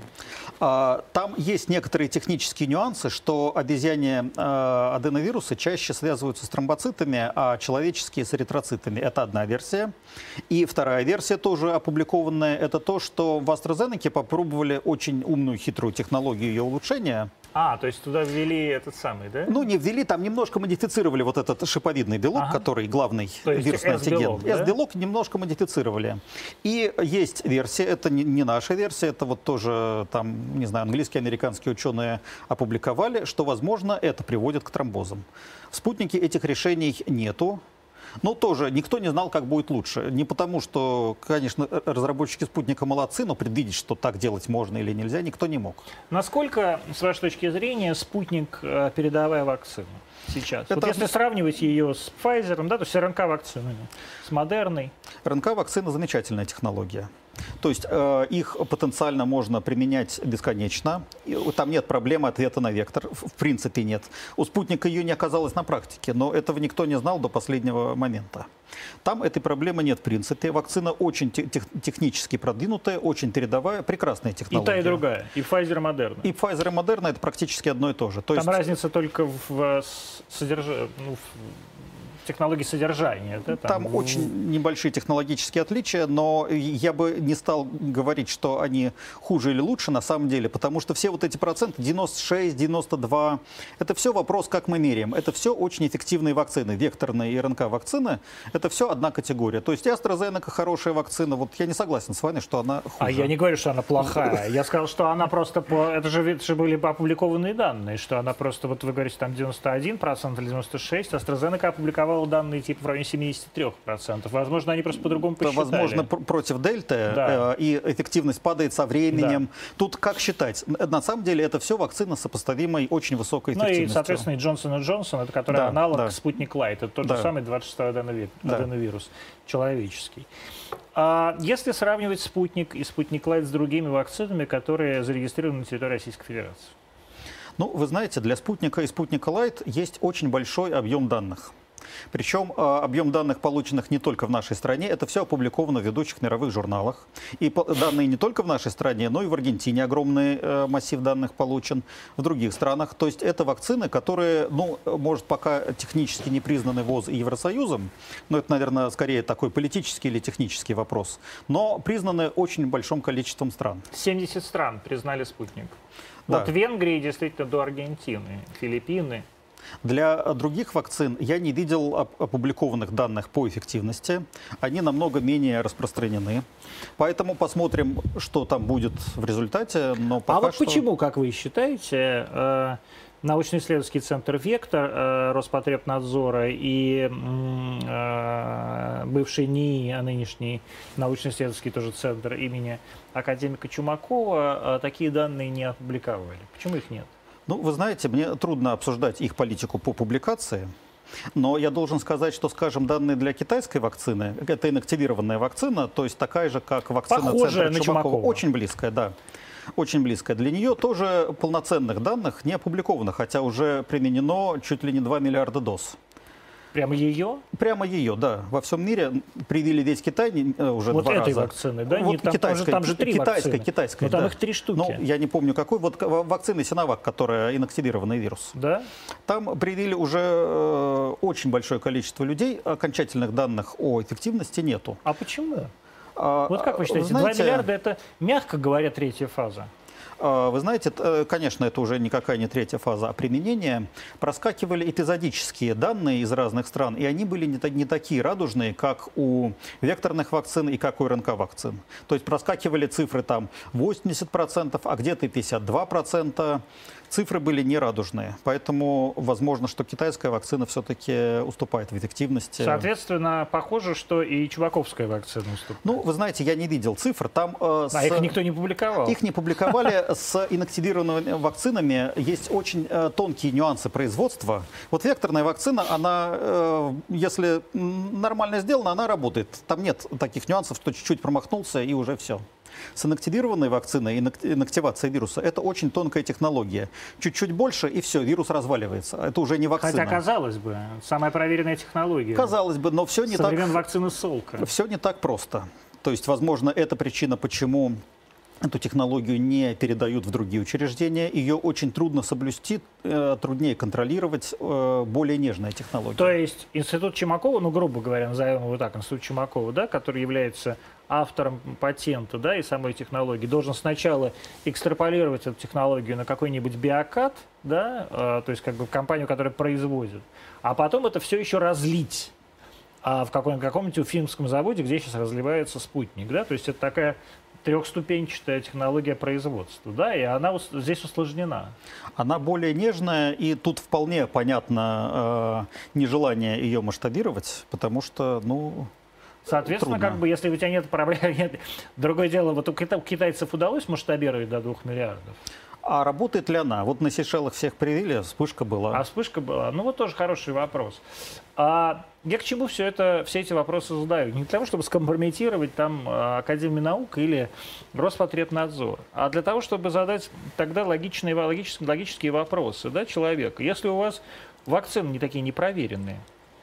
Там есть некоторые технические нюансы, что обезьяне аденовирусы чаще связываются с тромбоцитами, а человеческие с эритроцитами. Это одна версия. И вторая версия, тоже опубликованная, это то, что в AstraZeneca попробовали очень умную, хитрую технологию ее улучшения. То есть туда ввели этот самый, да? Ну, не ввели, там немножко модифицировали вот этот шиповидный белок, который главный вирусный антиген. Да? S-белок немножко модифицировали. И есть версия, это не наша версия, это вот тоже там, не знаю, английские, американские ученые опубликовали, что, возможно, это приводит к тромбозам. В спутнике этих решений нету. Но тоже никто не знал, как будет лучше. Не потому, что, конечно, разработчики спутника молодцы, но предвидеть, что так делать можно или нельзя, никто не мог. Насколько, с вашей точки зрения, спутник передовая вакцина сейчас? Это... Вот если сравнивать ее с Pfizer, да, то есть РНК-вакцинами, с Модерной. РНК-вакцина замечательная технология. То есть их потенциально можно применять бесконечно. Там нет проблемы ответа на вектор. В принципе нет. У спутника ее не оказалось на практике, но этого никто не знал до последнего момента. Там этой проблемы нет в принципе. Вакцина очень технически продвинутая, очень передовая, прекрасная технология. И та, и другая. И Pfizer, и Moderna. И Pfizer, и Moderna это практически одно и то же. Там разница только в технологии содержания. Да, там очень небольшие технологические отличия, но я бы не стал говорить, что они хуже или лучше на самом деле, потому что все вот эти проценты, 96, 92, это все вопрос, как мы меряем. Это все очень эффективные вакцины, векторные и РНК-вакцины, это все одна категория. То есть AstraZeneca хорошая вакцина, вот я не согласен с вами, что она хуже. А я не говорю, что она плохая. Я сказал, что она просто, это же были опубликованные данные, что она просто, вот вы говорите, там 91% или 96%, AstraZeneca опубликовала данные типа в районе 73%. Возможно, они просто по-другому посчитали. Возможно, против дельты, да. И эффективность падает со временем. Да. Тут как считать? На самом деле это все вакцина с сопоставимой очень высокой эффективностью. Ну и, соответственно, и Johnson & Johnson, это который аналог Спутник Лайт. Это тот же самый 26-й аденовирус, человеческий. Если сравнивать Спутник и Спутник Лайт с другими вакцинами, которые зарегистрированы на территории Российской Федерации? Ну, вы знаете, для Спутника и Спутника Лайт есть очень большой объем данных. Причем объем данных, полученных не только в нашей стране, это все опубликовано в ведущих мировых журналах. И данные не только в нашей стране, но и в Аргентине огромный массив данных получен, в других странах. То есть это вакцины, которые, ну, может, пока технически не признаны ВОЗ и Евросоюзом, но это, наверное, скорее такой политический или технический вопрос, но признаны очень большим количеством стран. 70 стран признали спутник. Да. Вот Венгрии действительно до Аргентины, Филиппины. Для других вакцин я не видел опубликованных данных по эффективности. Они намного менее распространены. Поэтому посмотрим, что там будет в результате. Но пока вот почему, как вы считаете, научно-исследовательский центр «Вектор» Роспотребнадзора и бывший НИИ, а нынешний научно-исследовательский тоже центр имени академика Чумакова такие данные не опубликовали? Почему их нет? Ну, вы знаете, мне трудно обсуждать их политику по публикации. Но я должен сказать, что, скажем, данные для китайской вакцины, это инактивированная вакцина, то есть такая же, как вакцина Похожая центра на Чумакова. Чумакова. Очень близкая, да. Очень близкая. Для нее тоже полноценных данных не опубликовано, хотя уже применено чуть ли не 2 миллиарда доз. Прямо ее? Прямо ее, да. Во всем мире привили весь Китай уже Вот 2 этой раза. вакцины, да? Вот Не, там, китайской, там же 3 вакцины. Китайской, Но там да. их 3 штуки. Ну, я не помню какой. Вот вакцина Синовак, которая инактивированный вирус. Да? Там привили уже очень большое количество людей. Окончательных данных о эффективности нету. А почему? Вот как вы считаете, знаете, 2 миллиарда это, мягко говоря, третья фаза? Вы знаете, конечно, это уже никакая не третья фаза применения. Проскакивали эпизодические данные из разных стран, и они были не такие радужные, как у векторных вакцин и как у РНК-вакцин. То есть проскакивали цифры там 80%, а где-то 52%. Цифры были нерадужные, поэтому возможно, что китайская вакцина все-таки уступает в эффективности. Соответственно, похоже, что и чубаковская вакцина уступает. Ну, вы знаете, я не видел цифр. Там, их никто не публиковал. Их не публиковали. С инактивированными вакцинами есть очень тонкие нюансы производства. Вот векторная вакцина, она, если нормально сделана, она работает. Там нет таких нюансов, что чуть-чуть промахнулся и уже все. С инактивированной вакциной, инактивация вируса, это очень тонкая технология. Чуть-чуть больше, и все, вирус разваливается. Это уже не вакцина. Хотя, казалось бы, самая проверенная технология. Казалось бы, но все не так... вакцины Солка. Все не так просто. То есть, возможно, это причина, почему эту технологию не передают в другие учреждения. Ее очень трудно соблюсти, труднее контролировать, более нежная технология. То есть институт Чумакова, ну, грубо говоря, назовем его так, институт Чумакова, да, который является автором патента, да, и самой технологии, должен сначала экстраполировать эту технологию на какой-нибудь биокат, да, то есть как бы компанию, которая производит, а потом это все еще разлить в каком-нибудь уфимском заводе, где сейчас разливается спутник, да, то есть это такая трехступенчатая технология производства, да, и она здесь усложнена. Она более нежная, и тут вполне понятно нежелание ее масштабировать, потому что, ну, соответственно, трудно. Как бы, если у тебя нет проблем, нет. Другое дело, вот у китайцев удалось масштабировать до 2 миллиардов. А работает ли она? Вот на Сейшелах всех привили, вспышка была. А вспышка была? Ну вот тоже хороший вопрос. Я к чему все эти вопросы задаю? Не для того, чтобы скомпрометировать там Академию наук или Роспотребнадзор, а для того, чтобы задать тогда логические вопросы, да, человека. Если у вас вакцины не такие непроверенные,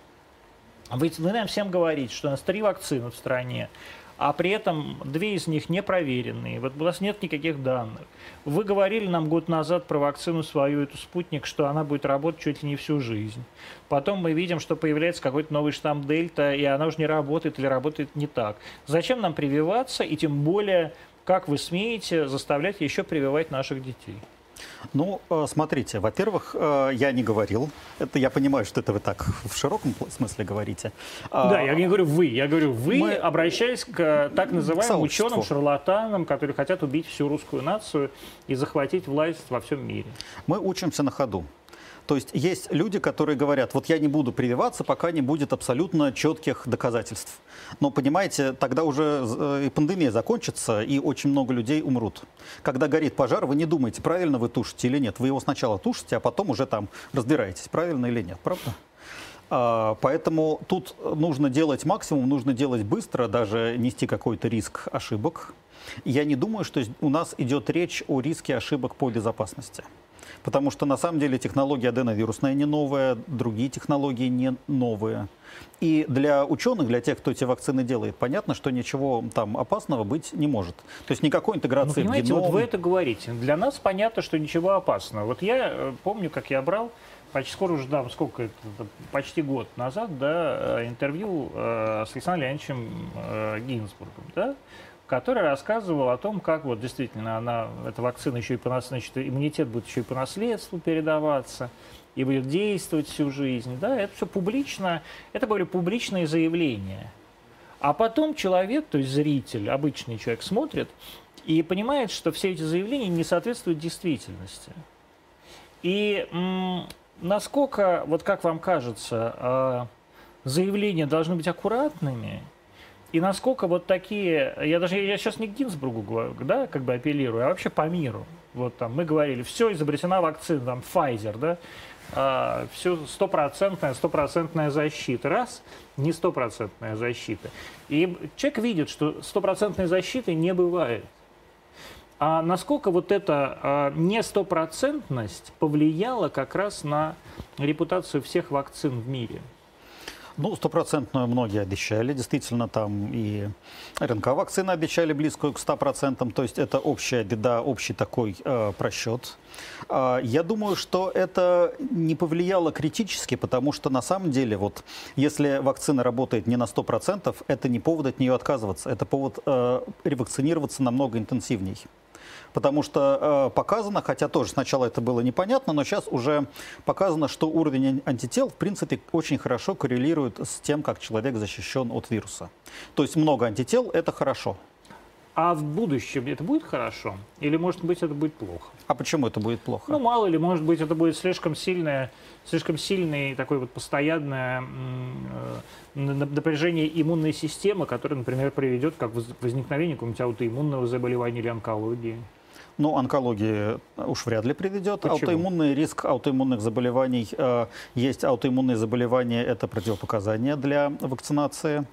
вы нам всем говорите, что у нас 3 вакцины в стране, а при этом 2 из них непроверенные. Вот у нас нет никаких данных. Вы говорили нам год назад про вакцину свою, эту «Спутник», что она будет работать чуть ли не всю жизнь. Потом мы видим, что появляется какой-то новый штамм «Дельта», и она уже не работает или работает не так. Зачем нам прививаться, и тем более, как вы смеете заставлять еще прививать наших детей? Ну, смотрите, во-первых, я не говорил. Это я понимаю, что это вы так в широком смысле говорите. Да, я не говорю вы. Я говорю вы, обращаясь к так называемым ученым, шарлатанам, которые хотят убить всю русскую нацию и захватить власть во всем мире. Мы учимся на ходу. То есть люди, которые говорят, вот я не буду прививаться, пока не будет абсолютно четких доказательств. Но, понимаете, тогда уже и пандемия закончится, и очень много людей умрут. Когда горит пожар, вы не думаете, правильно вы тушите или нет. Вы его сначала тушите, а потом уже там разбираетесь, правильно или нет. Правда? Поэтому тут нужно делать максимум, нужно делать быстро, даже нести какой-то риск ошибок. Я не думаю, что у нас идет речь о риске ошибок по безопасности. Потому что на самом деле технология аденовирусная не новая, другие технологии не новые. И для ученых, для тех, кто эти вакцины делает, понятно, что ничего там опасного быть не может. То есть никакой интеграции в геном. Вот вы это говорите. Для нас понятно, что ничего опасного. Вот я помню, как я брал, скоро уже, да, сколько это, почти год назад, да, интервью с Александром Леонидовичем Гинзбургом, да, который рассказывал о том, как вот действительно эта вакцина еще и значит, иммунитет будет еще и по наследству передаваться, и будет действовать всю жизнь. Да? Это все публично, это были публичные заявления. А потом человек, то есть зритель, обычный человек, смотрит и понимает, что все эти заявления не соответствуют действительности. И насколько, вот как вам кажется, заявления должны быть аккуратными, и насколько вот такие, я сейчас не к Гинзбургу говорю, да, как бы апеллирую, а вообще по миру. вот там мы говорили, все, изобретена вакцина, там, Pfizer, да, все стопроцентная защита. Раз, не стопроцентная защита. И человек видит, что стопроцентной защиты не бывает. А насколько вот эта нестопроцентность повлияла как раз на репутацию всех вакцин в мире? Ну, стопроцентную многие обещали. Действительно, там и РНК-вакцины обещали близкую к 100%. То есть это общая беда, общий такой просчет. Я думаю, что это не повлияло критически, потому что на самом деле, вот, если вакцина работает не на 100%, это не повод от нее отказываться. Это повод ревакцинироваться намного интенсивней. Потому что показано, хотя тоже сначала это было непонятно, но сейчас уже показано, что уровень антител, в принципе, очень хорошо коррелирует с тем, как человек защищен от вируса. То есть много антител – это хорошо. А в будущем это будет хорошо? Или, может быть, это будет плохо? А почему это будет плохо? Ну, мало ли, может быть, это будет слишком сильный такой вот постоянное напряжение иммунной системы, которое, например, приведет к возникновению какого-нибудь аутоиммунного заболевания или онкологии. Ну, онкология уж вряд ли приведет. Почему? Аутоиммунный риск аутоиммунных заболеваний. Есть аутоиммунные заболевания, это противопоказания для вакцинации.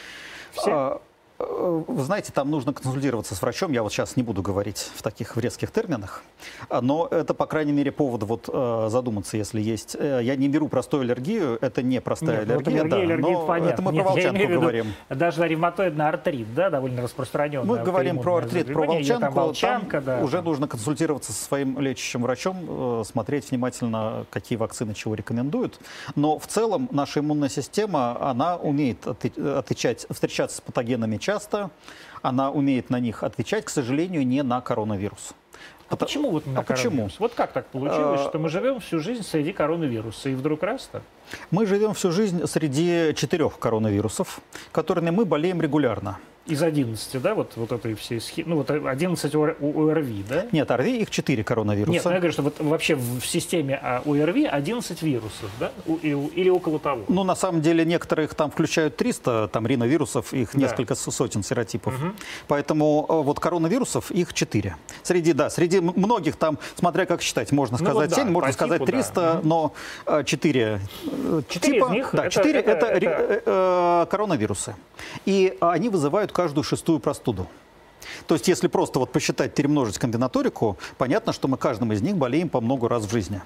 Все? Вы знаете, там нужно консультироваться с врачом. Я вот сейчас не буду говорить в таких резких терминах. Но это, по крайней мере, повод вот задуматься, если есть. Я не беру простую аллергию, это не простая аллергия. Вот аллергия, понятно. Это мы про волчанку говорим. Даже ревматоидный артрит, да, довольно распространенный. Мы говорим про артрит, про волчанку. Да, уже нужно консультироваться со своим лечащим врачом, смотреть внимательно, какие вакцины чего рекомендуют. Но в целом наша иммунная система, она умеет встречаться с патогенами часто, она умеет на них отвечать, к сожалению, не на коронавирус. Почему вот на коронавирус? Вот как так получилось, что мы живем всю жизнь среди коронавируса, и вдруг раз-то? Мы живем всю жизнь среди 4 коронавирусов, которыми мы болеем регулярно. Из 11, да, вот этой всей схемы, ну вот 11 у ОРВИ, да? Нет, ОРВИ их 4 коронавируса. Нет, я говорю, что вот вообще в системе ОРВИ 11 вирусов, да, или около того. Ну, на самом деле, некоторые их там включают 300, там риновирусов, их несколько сотен серотипов. Поэтому вот коронавирусов их 4. Среди многих там, смотря как считать, можно сказать 7, можно сказать 300, но 4 типа, из них, да, 4 это коронавирусы. И они вызывают каждую 6-ю простуду. То есть, если просто вот посчитать, перемножить комбинаторику, понятно, что мы каждым из них болеем по много раз в жизни.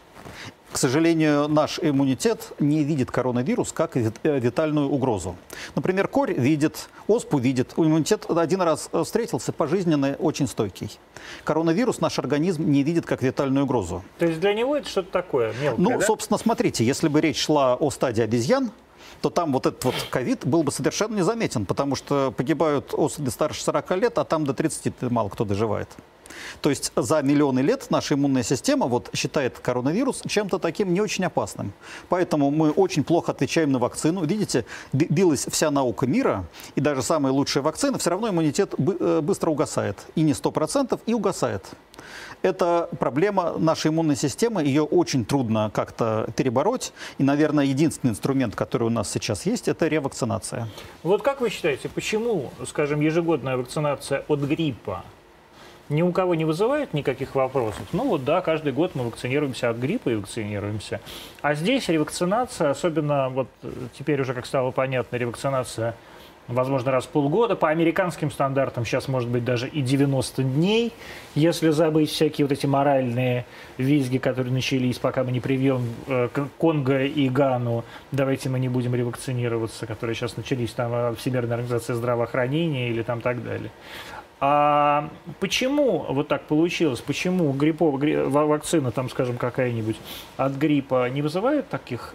К сожалению, наш иммунитет не видит коронавирус как витальную угрозу. Например, корь видит, оспу видит. Иммунитет один раз встретился, пожизненно очень стойкий. Коронавирус наш организм не видит как витальную угрозу. То есть для него это что-то такое мелкое, Ну, да? собственно, смотрите, если бы речь шла о стадии обезьян, то там вот этот вот ковид был бы совершенно незаметен, потому что погибают особи старше 40 лет, а там до 30 мало кто доживает. То есть за миллионы лет наша иммунная система вот считает коронавирус чем-то таким не очень опасным. Поэтому мы очень плохо отвечаем на вакцину. Видите, билась вся наука мира, и даже самые лучшие вакцины, все равно иммунитет быстро угасает. И не 100%, и угасает. Это проблема нашей иммунной системы, ее очень трудно как-то перебороть. И, наверное, единственный инструмент, который у нас сейчас есть, это ревакцинация. Вот как вы считаете, почему, скажем, ежегодная вакцинация от гриппа ни у кого не вызывает никаких вопросов? Ну вот да, каждый год мы вакцинируемся от гриппа и вакцинируемся. А здесь ревакцинация, особенно вот теперь уже, как стало понятно, ревакцинация возможно, раз в полгода. По американским стандартам сейчас может быть даже и 90 дней, если забыть всякие вот эти моральные визги, которые начались, пока мы не привьем Конго и Гану. Давайте мы не будем ревакцинироваться, которые сейчас начались там Всемирная организация здравоохранения или там так далее. А почему вот так получилось? Почему вакцина, там, скажем, какая-нибудь от гриппа не вызывает таких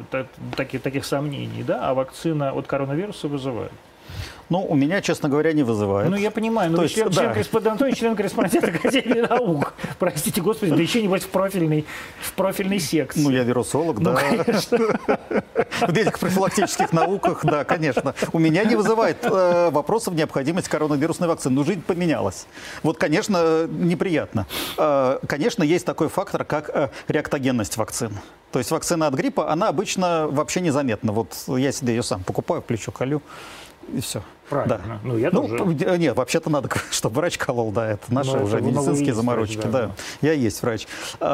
сомнений, да? А вакцина от коронавируса вызывает? Ну, у меня, честно говоря, не вызывает. Ну, я понимаю, но член-корреспондент Академии наук. Простите, господи, да еще небось в профильной секции. Ну, я вирусолог, да. В этих профилактических науках, да, конечно. У меня не вызывает вопросов необходимость коронавирусной вакцины. Ну, жизнь поменялась. Вот, конечно, неприятно. Конечно, есть такой фактор, как реактогенность вакцин. То есть вакцина от гриппа, она обычно вообще незаметна. Вот я себе ее сам покупаю, в плечо колю. И все. Правильно. Да. Ну, я тоже. Нет, вообще-то надо, чтобы врач колол, да, это наши Ну, уже это медицинские есть заморочки. врач, Да. Я есть врач.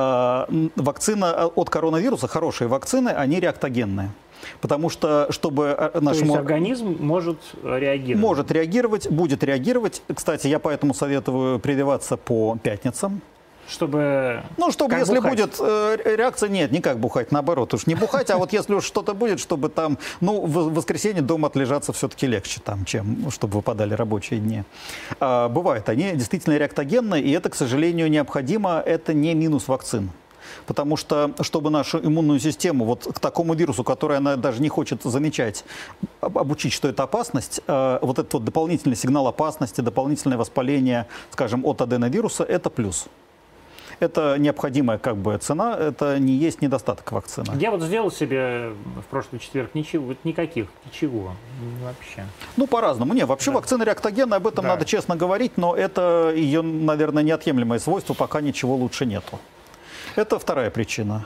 Вакцина от коронавируса, хорошие вакцины, они реактогенные. Потому что, чтобы нашему... То есть организм может реагировать? Может реагировать, будет реагировать. Кстати, я поэтому советую прививаться по пятницам. Чтобы... Ну, чтобы, если бухать? будет реакция, нет, не как бухать, наоборот, уж не бухать, а вот если уж что-то будет, чтобы там, ну, в воскресенье дома отлежаться все-таки легче, там, чем чтобы выпадали рабочие дни. Бывает, они действительно реактогенные, и это, к сожалению, необходимо, это не минус вакцин. Потому что, чтобы нашу иммунную систему вот к такому вирусу, который она даже не хочет замечать, обучить, что это опасность, вот этот вот дополнительный сигнал опасности, дополнительное воспаление, скажем, от аденовируса, это плюс. Это необходимая как бы цена, это не есть недостаток вакцины. Я вот сделал себе в прошлый четверг ничего, вот никаких, ничего вообще. Ну, по-разному. Не, вообще вакцина реактогенная, об этом надо честно говорить, но это ее, наверное, неотъемлемое свойство, пока ничего лучше нету. Это вторая причина.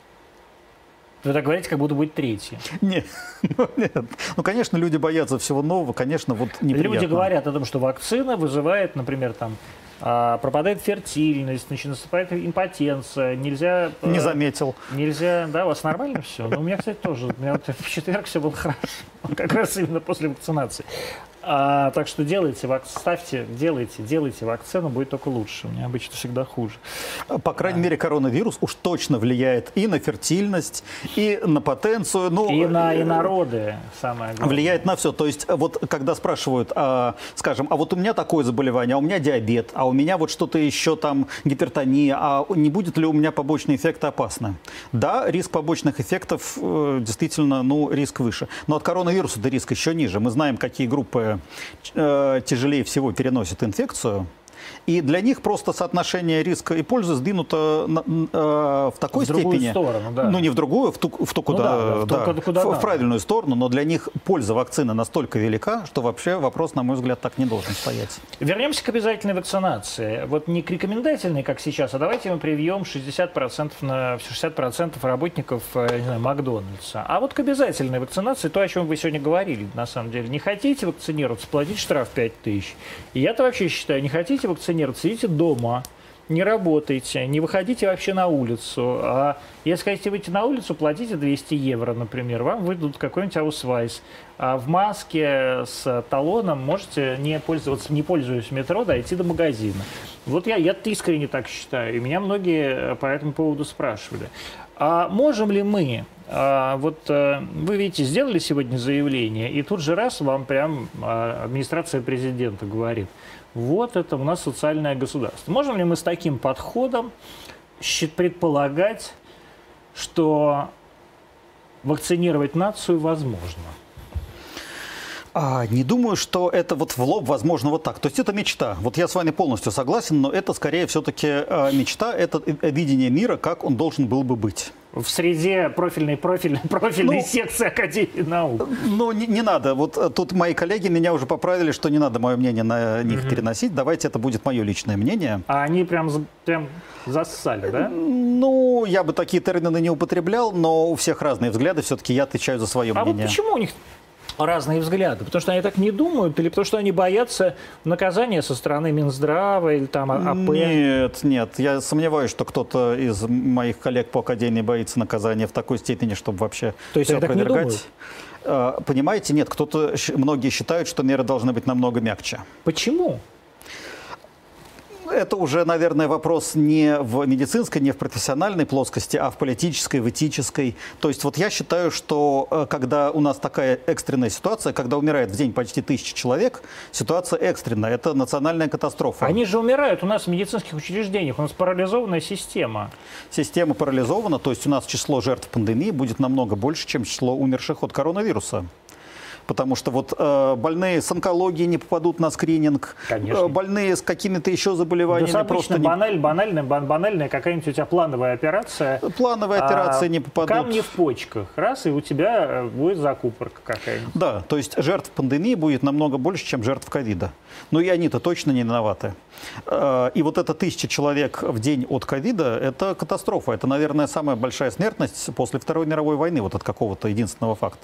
Вы так говорите, как будто будет третья. Нет, нет. Ну, конечно, люди боятся всего нового, конечно, вот неприятно. Люди говорят о том, что вакцина вызывает, например, там, пропадает фертильность, значит, наступает импотенция, нельзя... Не заметил. Нельзя, да, у вас нормально все? Ну, у меня, кстати, тоже. У меня вот в четверг все было хорошо, как раз именно после вакцинации. Так что делайте вакцину, будет только лучше. У меня обычно всегда хуже. По крайней мере, коронавирус уж точно влияет и на фертильность, и на потенцию. Ну, и на роды, самое главное. Влияет на все. То есть, вот когда спрашивают, скажем, а вот у меня такое заболевание, а у меня диабет, а у меня вот что-то еще там, гипертония, а не будет ли у меня побочные эффекты опасны? Да, риск побочных эффектов действительно, ну, риск выше. Но от коронавируса риск еще ниже. Мы знаем, какие группы тяжелее всего переносят инфекцию. И для них просто соотношение риска и пользы сдвинуто в такой степени, сторону, да. ну не в другую, в ту, куда, в правильную сторону, но для них польза вакцины настолько велика, что вообще вопрос, на мой взгляд, так не должен стоять. Вернемся к обязательной вакцинации. Вот не к рекомендательной, как сейчас, а давайте мы привьем 60% работников, не знаю, Макдональдса. А вот к обязательной вакцинации, то, о чем вы сегодня говорили, на самом деле. Не хотите вакцинироваться, платите штраф 5000. И я-то вообще считаю, не хотите вакцинироваться, сидите дома, не работайте, не выходите вообще на улицу. А если хотите выйти на улицу, платите 200 евро, например, вам выдадут какой-нибудь аусвайс. А в маске с талоном можете, не пользуясь метро, дойти до магазина. Вот я искренне так считаю, и меня многие по этому поводу спрашивали. А можем ли мы, вы видите, сделали сегодня заявление, и тут же раз вам прям администрация президента говорит, вот это у нас социальное государство. Можем ли мы с таким подходом предполагать, что вакцинировать нацию возможно? Не думаю, что это вот в лоб возможно вот так. То есть это мечта. Вот я с вами полностью согласен, но это скорее все-таки мечта, это видение мира, как он должен был бы быть. В среде профильной секции Академии наук. Ну, не надо. Вот тут мои коллеги меня уже поправили, что не надо мое мнение на них переносить. Давайте это будет мое личное мнение. А они прям зассали, да? Ну, я бы такие термины не употреблял, но у всех разные взгляды. Все-таки я отвечаю за свое мнение. А вот почему у них разные взгляды? Потому что они так не думают или потому что они боятся наказания со стороны Минздрава или там АП? Нет. Я сомневаюсь, что кто-то из моих коллег по Академии боится наказания в такой степени, чтобы вообще все опровергать. Понимаете, нет, многие считают, что меры должны быть намного мягче. Почему? Это уже, наверное, вопрос не в медицинской, не в профессиональной плоскости, а в политической, в этической. То есть вот я считаю, что когда у нас такая экстренная ситуация, когда умирает в день почти 1000 человек, ситуация экстренная, это национальная катастрофа. Они же умирают у нас в медицинских учреждениях, у нас парализованная система. Система парализована, то есть у нас число жертв пандемии будет намного больше, чем число умерших от коронавируса. Потому что вот больные с онкологией не попадут на скрининг, больные с какими-то еще заболеваниями да, просто банальная какая-нибудь у тебя плановая операция. Плановые операции не попадут. Камни в почках, раз, и у тебя будет закупорка какая-нибудь. Да, то есть жертв пандемии будет намного больше, чем жертв ковида. Но и они-то точно не виноваты. И вот это 1000 человек в день от ковида – это катастрофа. Это, наверное, самая большая смертность после Второй мировой войны вот от какого-то единственного фактора.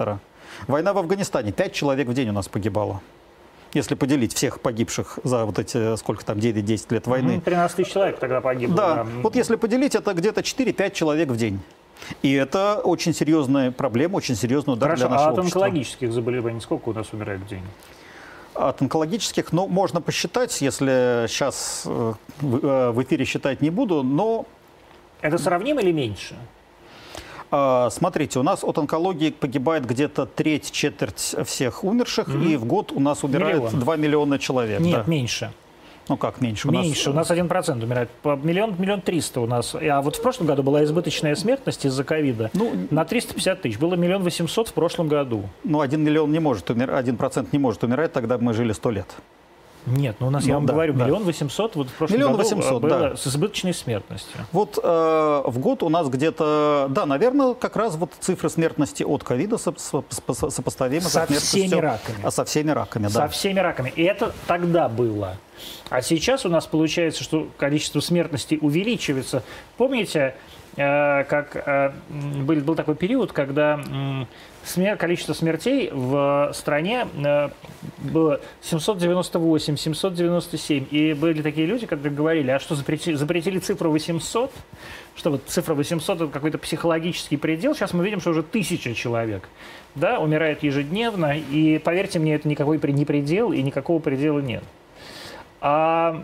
Война в Афганистане. 5 человек в день у нас погибало. Если поделить всех погибших за вот эти, сколько там, 9-10 лет войны. 13 тысяч человек тогда погибло. Да, вот если поделить, это где-то 4-5 человек в день. И это очень серьезная проблема, очень серьезный удар для нашего общества. общества. От онкологических заболеваний сколько у нас умирает в день? От онкологических, ну, можно посчитать, если сейчас в эфире считать не буду, но... Это сравнимо или меньше? Смотрите, у нас от онкологии погибает где-то треть-четверть всех умерших, и в год у нас умирает 2 миллиона человек. Нет, да. меньше. Ну как меньше? Меньше. У нас 1% умирает. Миллион 300 у нас. А вот в прошлом году была избыточная смертность из-за ковида на 350 тысяч. Было 1 800 000 в прошлом году. Ну, 1 миллион не может умирать, 1% не может умирать, тогда бы мы жили 100 лет. Нет, ну у нас, я вам говорю, 1 800 000 вот в прошлом году 800 000, было да. с избыточной смертностью. Вот в год у нас где-то, да, наверное, как раз вот цифры смертности от ковида сопоставимы со всеми раками. Со всеми раками, да. Со всеми раками. И это тогда было. А сейчас у нас получается, что количество смертности увеличивается. Помните, как был такой период, когда количество смертей в стране было 798, 797. И были такие люди, которые говорили, а что, запретили цифру 800? Что вот цифра 800 – это какой-то психологический предел. Сейчас мы видим, что уже 1000 человек, да, умирает ежедневно. И поверьте мне, это никакой не предел, и никакого предела нет. А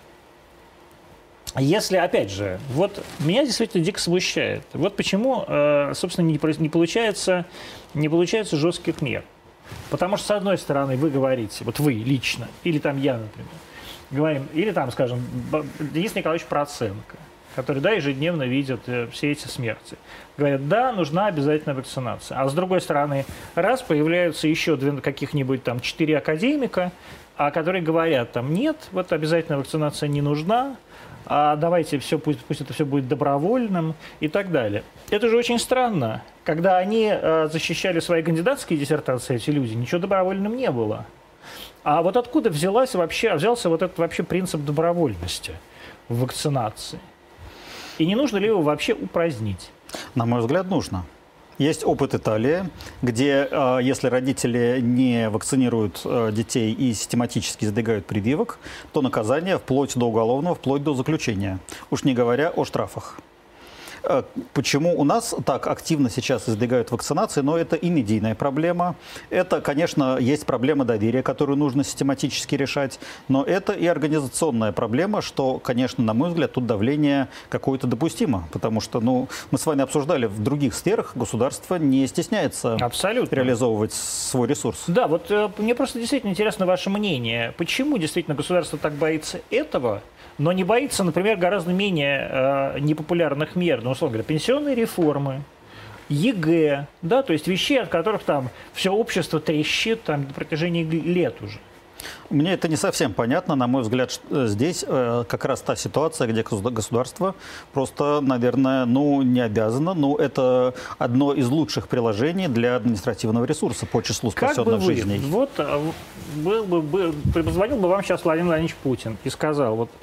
если, опять же, вот меня действительно дико смущает. Вот почему, собственно, не получается жестких мер. Потому что, с одной стороны, вы говорите, вот вы лично, или там я, например, говорим, или там, скажем, Денис Николаевич Проценко, который, да, ежедневно видит все эти смерти. Говорят, да, нужна обязательно вакцинация. А с другой стороны, раз появляются еще каких-нибудь там 4 академика, которые говорят, там, нет, вот обязательно вакцинация не нужна, а давайте все, пусть это все будет добровольным и так далее. Это же очень странно. Когда они защищали свои кандидатские диссертации, эти люди, ничего добровольным не было. А вот откуда взялся вот этот вообще принцип добровольности в вакцинации? И не нужно ли его вообще упразднить? На мой взгляд, нужно. Есть опыт Италии, где, если родители не вакцинируют детей и систематически избегают прививок, то наказание вплоть до уголовного, вплоть до заключения. Уж не говоря о штрафах. Почему у нас так активно сейчас избегают вакцинации? Но это и медийная проблема. Это, конечно, есть проблема доверия, которую нужно систематически решать. Но это и организационная проблема, что, конечно, на мой взгляд, тут давление какое-то допустимо. Потому что, ну, мы с вами обсуждали, в других сферах государство не стесняется реализовывать свой ресурс. Да, вот мне просто действительно интересно ваше мнение. Почему действительно государство так боится этого, но не боится, например, гораздо менее непопулярных мер, ну, условно говоря, пенсионной реформы, ЕГЭ, да, то есть вещей, от которых там все общество трещит там, на протяжении лет уже. Мне это не совсем понятно. На мой взгляд, здесь как раз та ситуация, где государство просто, наверное, ну, не обязано, но это одно из лучших приложений для административного ресурса по числу спасенных жизней. Вот позвонил бы вам сейчас Владимир Владимирович Путин и сказал, вот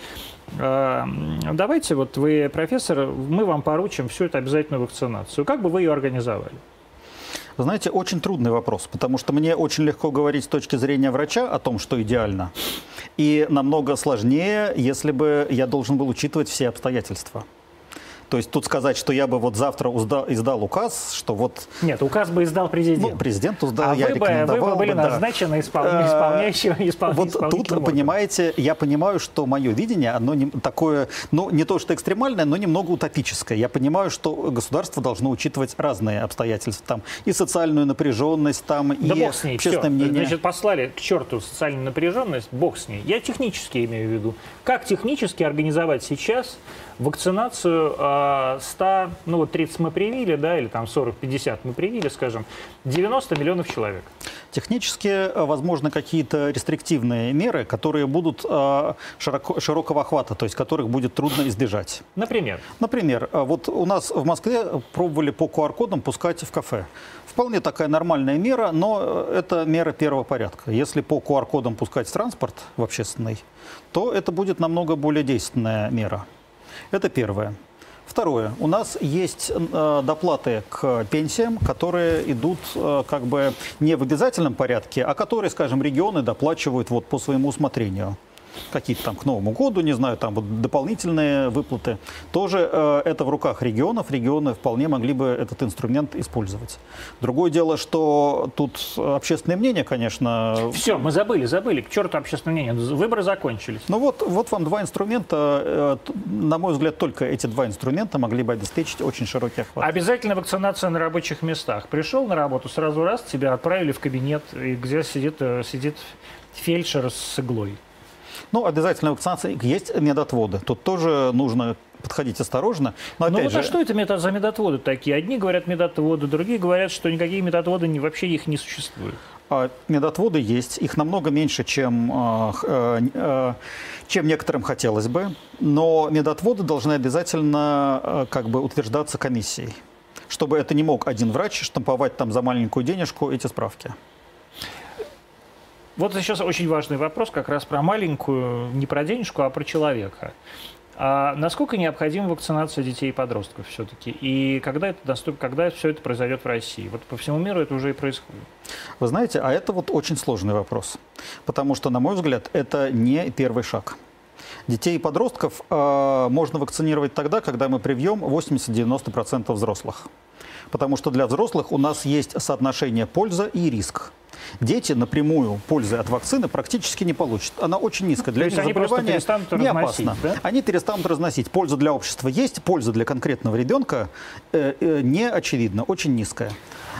давайте, вот вы профессор, мы вам поручим всю эту обязательную вакцинацию. Как бы вы ее организовали? Вы знаете, очень трудный вопрос, потому что мне очень легко говорить с точки зрения врача о том, что идеально, и намного сложнее, если бы я должен был учитывать все обстоятельства. То есть тут сказать, что я бы вот завтра издал указ, что вот... Нет, указ бы издал президент. Ну, президент издал, я рекомендовал. Вы бы были назначены исполняющим. Вот тут, понимаете, я понимаю, что мое видение, оно не такое, ну, не то что экстремальное, но немного утопическое. Я понимаю, что государство должно учитывать разные обстоятельства. Там и социальную напряженность, там, да и бог с ней, общественное мнение. Значит, послали к черту социальную напряженность, бог с ней. Я технически имею в виду. Как технически организовать сейчас вакцинацию 100, ну вот 30 мы привили, да, или там 40-50 мы привили, скажем, 90 миллионов человек? Технически возможны какие-то рестриктивные меры, которые будут широкого охвата, то есть которых будет трудно избежать. Например? Например, вот у нас в Москве пробовали по QR-кодам пускать в кафе. Вполне такая нормальная мера, но это мера первого порядка. Если по QR-кодам пускать в транспорт в общественный, то это будет намного более действенная мера. Это первое. Второе. У нас есть доплаты к пенсиям, которые идут как бы не в обязательном порядке, а которые, скажем, регионы доплачивают вот по своему усмотрению. Какие-то там к Новому году, не знаю, там вот дополнительные выплаты. Тоже это в руках регионов. Регионы вполне могли бы этот инструмент использовать. Другое дело, что тут общественное мнение, конечно... Все, мы забыли. К черту общественное мнение. Выборы закончились. Ну вот вам два инструмента. На мой взгляд, только эти два инструмента могли бы обеспечить очень широкий охват. Обязательно вакцинация на рабочих местах. Пришел на работу, сразу раз тебя отправили в кабинет, где сидит фельдшер с иглой. Ну, обязательная вакцинация. Есть медотводы. Тут тоже нужно подходить осторожно. Но опять вот же... а что это за медотводы такие? Одни говорят медотводы, другие говорят, что никакие медотводы вообще их не существует. Медотводы есть. Их намного меньше, чем некоторым хотелось бы. Но медотводы должны обязательно как бы утверждаться комиссией. Чтобы это не мог один врач штамповать там за маленькую денежку эти справки. Вот сейчас очень важный вопрос как раз про маленькую, не про денежку, а про человека. А насколько необходима вакцинация детей и подростков все-таки? И когда все это произойдет в России? Вот по всему миру это уже и происходит. Вы знаете, а это вот очень сложный вопрос. Потому что, на мой взгляд, это не первый шаг. Детей и подростков можно вакцинировать тогда, когда мы привьем 80-90% взрослых. Потому что для взрослых у нас есть соотношение польза и риск. Дети напрямую пользы от вакцины практически не получат. Она очень низкая. Для этих заболеваний не опасна. Да? Они перестанут разносить. Польза для общества есть, польза для конкретного ребенка не очевидна, очень низкая.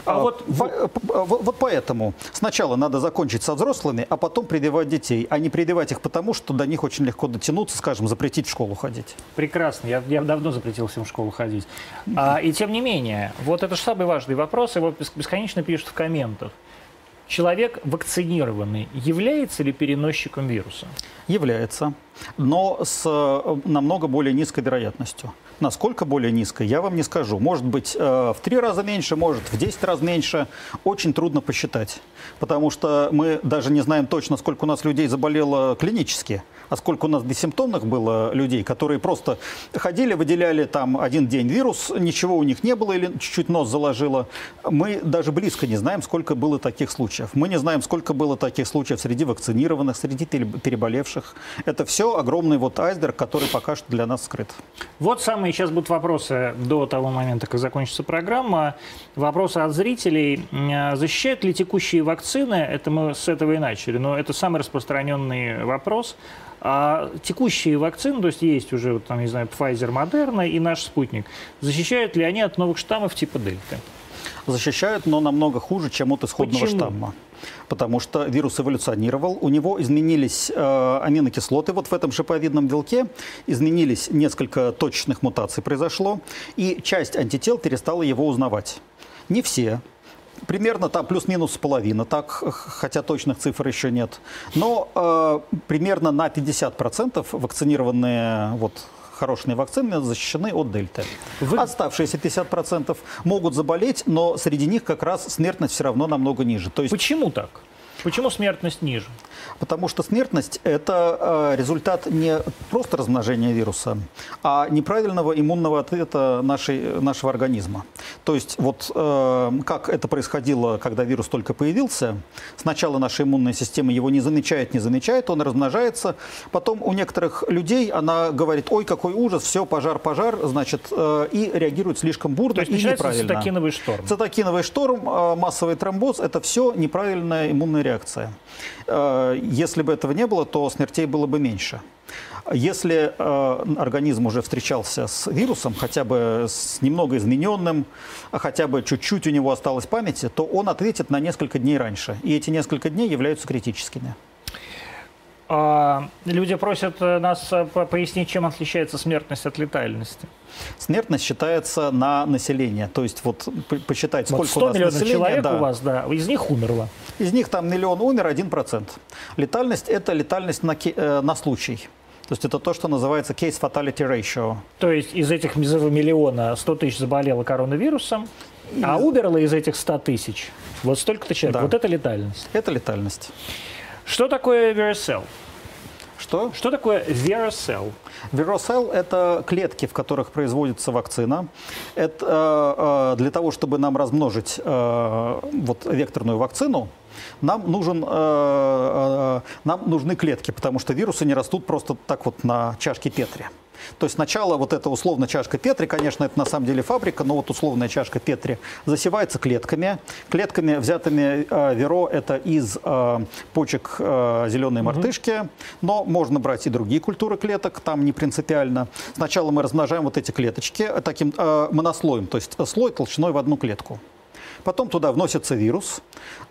Вот поэтому сначала надо закончить со взрослыми, а потом прививать детей, а не прививать их потому, что до них очень легко дотянуться, скажем, запретить в школу ходить. Прекрасно. Я давно запретил всем в школу ходить. И тем не менее, вот это же самый важный вопрос, его бесконечно пишут в комментах. Человек вакцинированный является ли переносчиком вируса? Является, но с намного более низкой вероятностью. Насколько более низкой, я вам не скажу. Может быть, в 3 раза меньше, может, в 10 раз меньше. Очень трудно посчитать. Потому что мы даже не знаем точно, сколько у нас людей заболело клинически, а сколько у нас бессимптомных было людей, которые просто ходили, выделяли там один день вирус, ничего у них не было или чуть-чуть нос заложило. Мы даже близко не знаем, сколько было таких случаев. Мы не знаем, сколько было таких случаев среди вакцинированных, среди переболевших. Это все огромный вот айсберг, который пока что для нас скрыт. Вот самые сейчас будут вопросы до того момента, как закончится программа. Вопросы от зрителей. Защищают ли текущие вакцины? Это мы с этого и начали, но это самый распространенный вопрос. А текущие вакцины, то есть уже, там, не знаю, Pfizer, Moderna и наш спутник, защищают ли они от новых штаммов типа Дельта? Защищают, но намного хуже, чем от исходного штамма. Потому что вирус эволюционировал, у него изменились аминокислоты, вот в этом шиповидном белке изменились несколько точечных мутаций произошло, и часть антител перестала его узнавать. Не все. Примерно там плюс-минус половина, так, хотя точных цифр еще нет. Но примерно на 50% вакцинированные хорошие вакцины защищены от дельты. Оставшиеся 50% могут заболеть, но среди них как раз смертность все равно намного ниже. То есть... Почему так? Почему смертность ниже? Потому что смертность – это результат не просто размножения вируса, а неправильного иммунного ответа нашего организма. То есть вот как это происходило, когда вирус только появился, сначала наша иммунная система его не замечает, он размножается, потом у некоторых людей она говорит: ой, какой ужас, все, пожар, значит, и реагирует слишком бурно и неправильно. Цитокиновый шторм. Цитокиновый шторм, массовый тромбоз – это все неправильная иммунная реакция. Если бы этого не было, то смертей было бы меньше. Если организм уже встречался с вирусом, хотя бы с немного измененным, хотя бы чуть-чуть у него осталось памяти, то он ответит на несколько дней раньше. И эти несколько дней являются критическими. Люди просят нас пояснить, чем отличается смертность от летальности. Смертность считается на население. То есть вот посчитать, сколько вот 100 у нас миллионов населения. Человек у вас, да, из них умерло. Из них там 1 миллион умер, 1%. Летальность – это летальность на случай. То есть это то, что называется case fatality ratio. То есть из этих миллиона 100 тысяч заболело коронавирусом, а умерло из этих 100 тысяч вот столько-то человек. Да. Вот это летальность. Это летальность. Что такое Vericell? Что? Что такое VeroCell? VeroCell – это клетки, в которых производится вакцина. Это для того, чтобы нам размножить вот векторную вакцину, нам нужны клетки, потому что вирусы не растут просто так вот на чашке Петри. То есть сначала вот эта условно чашка Петри, конечно, это на самом деле фабрика, но вот условная чашка Петри засевается клетками. Клетками, взятыми Веро, это из почек зеленой мартышки, но можно брать и другие культуры клеток, там не принципиально. Сначала мы размножаем вот эти клеточки таким монослоем, то есть слой толщиной в одну клетку. Потом туда вносится вирус,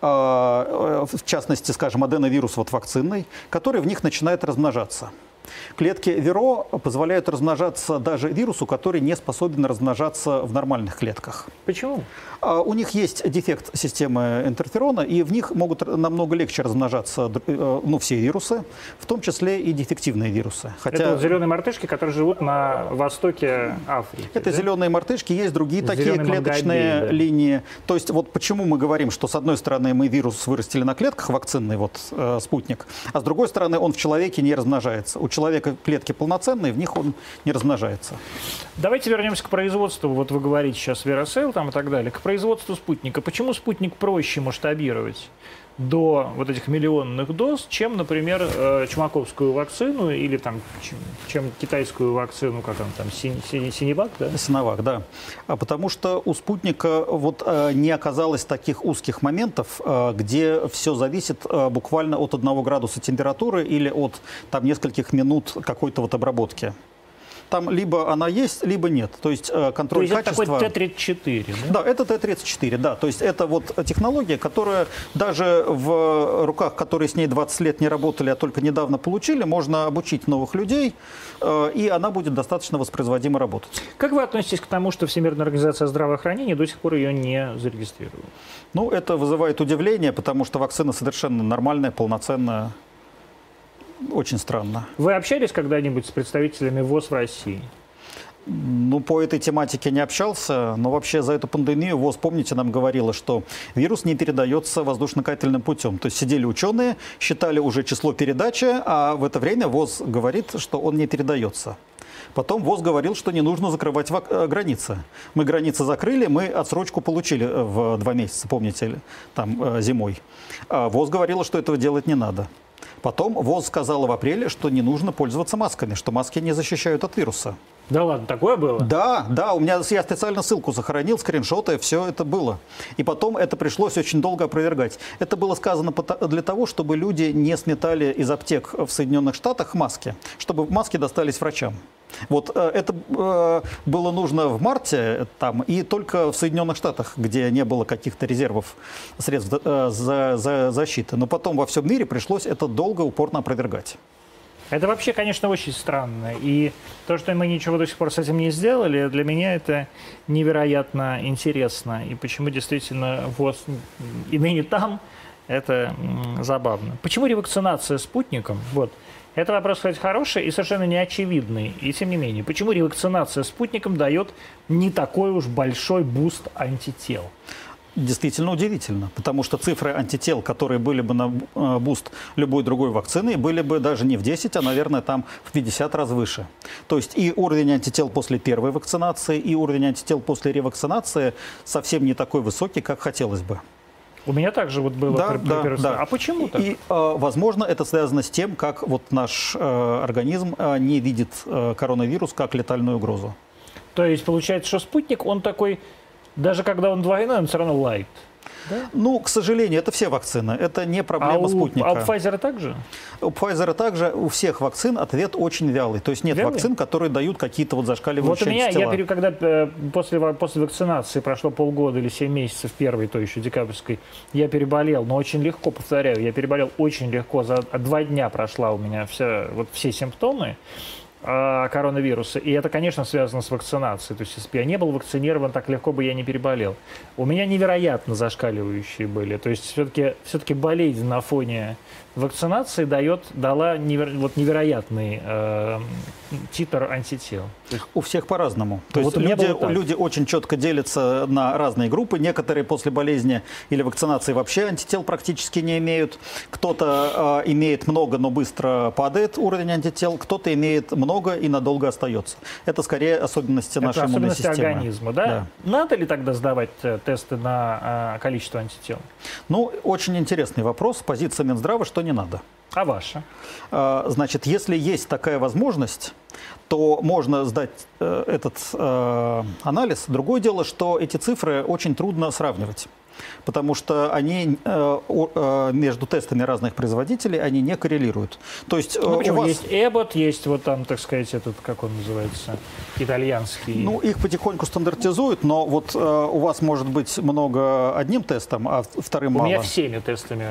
в частности, скажем, аденовирус вот вакцинный, который в них начинает размножаться. Клетки Веро позволяют размножаться даже вирусу, который не способен размножаться в нормальных клетках. Почему? У них есть дефект системы интерферона, и в них могут намного легче размножаться все вирусы, в том числе и дефективные вирусы. Хотя... Это вот зеленые мартышки, которые живут на востоке Африки. Это зеленые мартышки, есть другие такие клеточные линии. То есть вот почему мы говорим, что с одной стороны мы вирус вырастили на клетках, вакцинный вот спутник, а с другой стороны он в человеке не размножается. У человека клетки полноценные, в них он не размножается. Давайте вернемся к производству. Вот вы говорите сейчас VeroCell там и так далее. К производству спутника. Почему спутник проще масштабировать до вот этих миллионных доз, чем, например, чумаковскую вакцину или там, чем китайскую вакцину, как он там, Синовак, да? Синовак, да. Потому что у спутника вот не оказалось таких узких моментов, где все зависит буквально от 1 градуса температуры или от там нескольких минут какой-то вот обработки. Там либо она есть, либо нет. То есть контроль качества... То есть это такой Т-34, да? Да, это Т-34, да. То есть это вот технология, которая даже в руках, которые с ней 20 лет не работали, а только недавно получили, можно обучить новых людей, и она будет достаточно воспроизводимо работать. Как вы относитесь к тому, что Всемирная организация здравоохранения до сих пор ее не зарегистрировала? Ну, это вызывает удивление, потому что вакцина совершенно нормальная, полноценная. Очень странно. Вы общались когда-нибудь с представителями ВОЗ в России? Ну, по этой тематике не общался, но вообще за эту пандемию ВОЗ, помните, нам говорила, что вирус не передается воздушно-капельным путем. То есть сидели ученые, считали уже число передачи, а в это время ВОЗ говорит, что он не передается. Потом ВОЗ говорил, что не нужно закрывать границы. Мы границы закрыли, мы отсрочку получили в 2 месяца, помните, там зимой. А ВОЗ говорила, что этого делать не надо. Потом ВОЗ сказала в апреле, что не нужно пользоваться масками, что маски не защищают от вируса. Да ладно, такое было? Да, я специально ссылку сохранил, скриншоты, все это было. И потом это пришлось очень долго опровергать. Это было сказано для того, чтобы люди не сметали из аптек в Соединенных Штатах маски, чтобы маски достались врачам. Вот это было нужно в марте там, и только в Соединенных Штатах, где не было каких-то резервов средств защиты. Но потом во всем мире пришлось это долго, упорно опровергать. Это вообще, конечно, очень странно. И то, что мы ничего до сих пор с этим не сделали, для меня это невероятно интересно. И почему действительно ВОЗ и ныне там, это забавно. Почему ревакцинация спутником? Вот. Это вопрос, кстати, хороший и совершенно неочевидный. И тем не менее, почему ревакцинация спутником дает не такой уж большой буст антител? Действительно удивительно, потому что цифры антител, которые были бы на буст любой другой вакцины, были бы даже не в 10, а, наверное, там в 50 раз выше. То есть и уровень антител после первой вакцинации, и уровень антител после ревакцинации совсем не такой высокий, как хотелось бы. У меня также вот было да. А почему так? И, возможно, это связано с тем, как вот наш организм не видит коронавирус как летальную угрозу. То есть получается, что спутник, он такой, даже когда он двойной, он все равно лайт. Да? Ну, к сожалению, это все вакцины. Это не проблема спутника. А у Pfizer также? У Pfizer также, у всех вакцин ответ очень вялый. То есть нет вакцин, которые дают какие-то вот зашкаливающие антитела. Вот у меня, когда после вакцинации прошло полгода или 7 месяцев первой, то еще декабрьской, я переболел, но очень легко, повторяю, я переболел очень легко. За 2 дня прошла у меня все симптомы. коронавируса. И это, конечно, связано с вакцинацией. То есть, если бы я не был вакцинирован, так легко бы я не переболел. У меня невероятно зашкаливающие были. То есть, все-таки болезнь на фоне вакцинации дала невероятный титр антител. У всех по-разному. То Вот есть люди очень четко делятся на разные группы. Некоторые после болезни или вакцинации вообще антител практически не имеют. Кто-то имеет много, но быстро падает уровень антител. Кто-то имеет много и надолго остается. Это скорее особенности нашей иммунной системы. Организма, да? Надо ли тогда сдавать тесты на количество антител? Ну, очень интересный вопрос. Позиция Минздрава, что не надо. А ваша? Значит, если есть такая возможность, то можно сдать этот анализ. Другое дело, что эти цифры очень трудно сравнивать. Потому что они между тестами разных производителей они не коррелируют. То есть почему? Есть Эббот, есть вот там, так сказать, этот, как он называется, итальянский. Ну, их потихоньку стандартизуют, но вот у вас может быть много одним тестом, а вторым мало. У меня всеми тестами.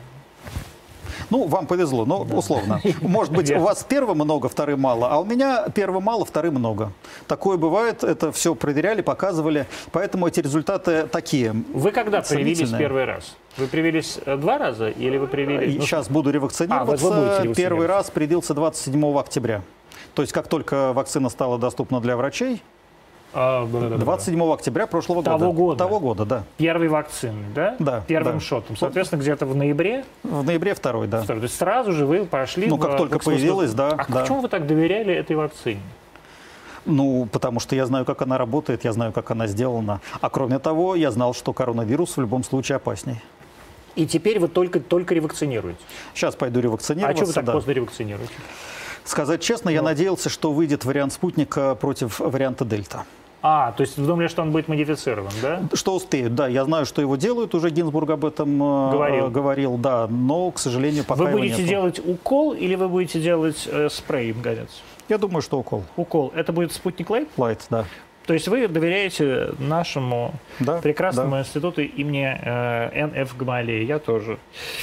Ну, вам повезло, но условно. Может быть, у вас первым много, вторым мало, а у меня первым мало, вторым много. Такое бывает, это все проверяли, показывали, поэтому эти результаты такие. Вы когда привились первый раз? Вы привились 2 раза или вы привились? Сейчас буду ревакцинироваться. Первый раз привился 27 октября. То есть, как только вакцина стала доступна для врачей, 27 октября прошлого года. Того года, да. Первой вакцины, да? Да. Первым шотом. Соответственно, где-то в ноябре? В ноябре второй, да. То есть сразу же вы пошли... Ну, как только появилась, да. А почему вы так доверяли этой вакцине? Ну, потому что я знаю, как она работает, я знаю, как она сделана. А кроме того, я знал, что коронавирус в любом случае опасней. И теперь вы только ревакцинируете? Сейчас пойду ревакцинироваться. А что вы так поздно ревакцинируете? Сказать честно, я надеялся, что выйдет вариант спутника против варианта Дельта. То есть вы думали, что он будет модифицирован, да? Что успеют, да. Я знаю, что его делают, уже Гинзбург об этом говорил, да. Но, к сожалению, пока Вы его будете нету. делать укол или вы будете делать спрей им гоняться? Я думаю, что укол. Укол. Это будет спутник Лайт? Лайт, да. То есть вы доверяете нашему прекрасному институту имени Н.Ф. Гамалеи? Я тоже.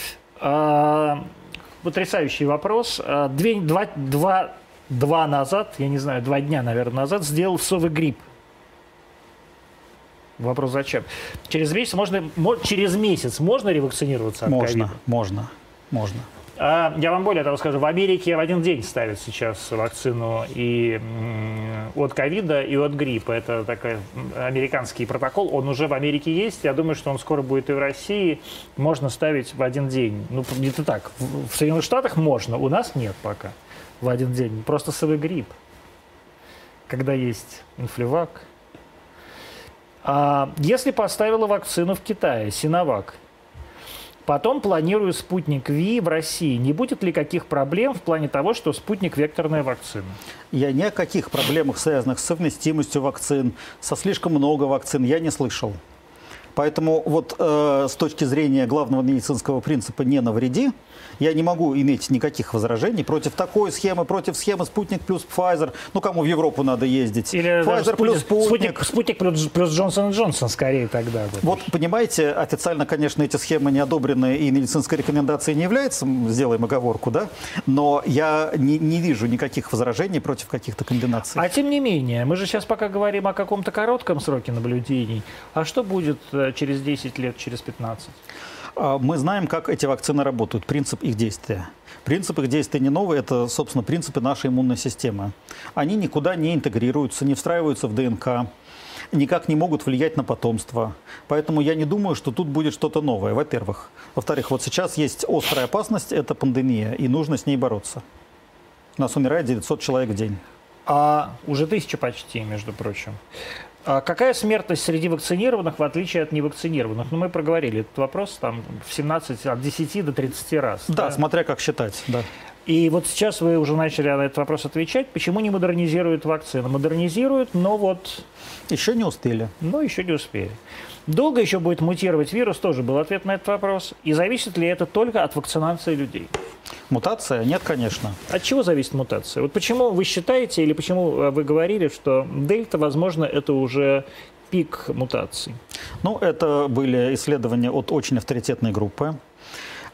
Потрясающий вопрос. Два дня, наверное, назад сделал совый грипп. Вопрос зачем? Через месяц можно ревакцинироваться от ковида? Можно. Я вам более того скажу. В Америке в один день ставят сейчас вакцину и от ковида, и от гриппа. Это такой американский протокол. Он уже в Америке есть. Я думаю, что он скоро будет и в России. Можно ставить в один день. Ну, где-то так. В Соединенных Штатах можно. У нас нет пока в один день. Просто совый грипп. Когда есть инфлювак. Если поставила вакцину в Китае, Синовак, потом планирую спутник Ви в России, не будет ли каких проблем в плане того, что спутник – векторная вакцина? Я ни о каких проблемах, связанных с совместимостью вакцин, со слишком много вакцин, я не слышал. Поэтому вот с точки зрения главного медицинского принципа «не навреди», я не могу иметь никаких возражений против такой схемы, против схемы «Спутник плюс Pfizer». Ну, кому в Европу надо ездить? Или Pfizer плюс Спутник. Спутник плюс Джонсон & Джонсон скорее тогда. Вот, понимаете, официально, конечно, эти схемы не одобрены и медицинской рекомендацией не является, сделаем оговорку, да? Но я не вижу никаких возражений против каких-то комбинаций. А тем не менее, мы же сейчас пока говорим о каком-то коротком сроке наблюдений. А что будет через 10 лет, через 15? Мы знаем, как эти вакцины работают, принцип их действия. Принцип их действия не новый, это, собственно, принципы нашей иммунной системы. Они никуда не интегрируются, не встраиваются в ДНК, никак не могут влиять на потомство. Поэтому я не думаю, что тут будет что-то новое, во-первых. Во-вторых, вот сейчас есть острая опасность, это пандемия, и нужно с ней бороться. У нас умирает 900 человек в день. Уже 1000 почти, между прочим. Какая смертность среди вакцинированных в отличие от невакцинированных? Ну, мы проговорили этот вопрос там в 17, от 10 до 30 раз. Да, смотря как считать, да. И вот сейчас вы уже начали на этот вопрос отвечать. Почему не модернизируют вакцину? Модернизируют, но вот... Еще не успели. Но еще не успели. Долго еще будет мутировать вирус? Тоже был ответ на этот вопрос. И зависит ли это только от вакцинации людей? Мутация? Нет, конечно. От чего зависит мутация? Вот почему вы считаете, или почему вы говорили, что дельта, возможно, это уже пик мутаций? Ну, это были исследования от очень авторитетной группы.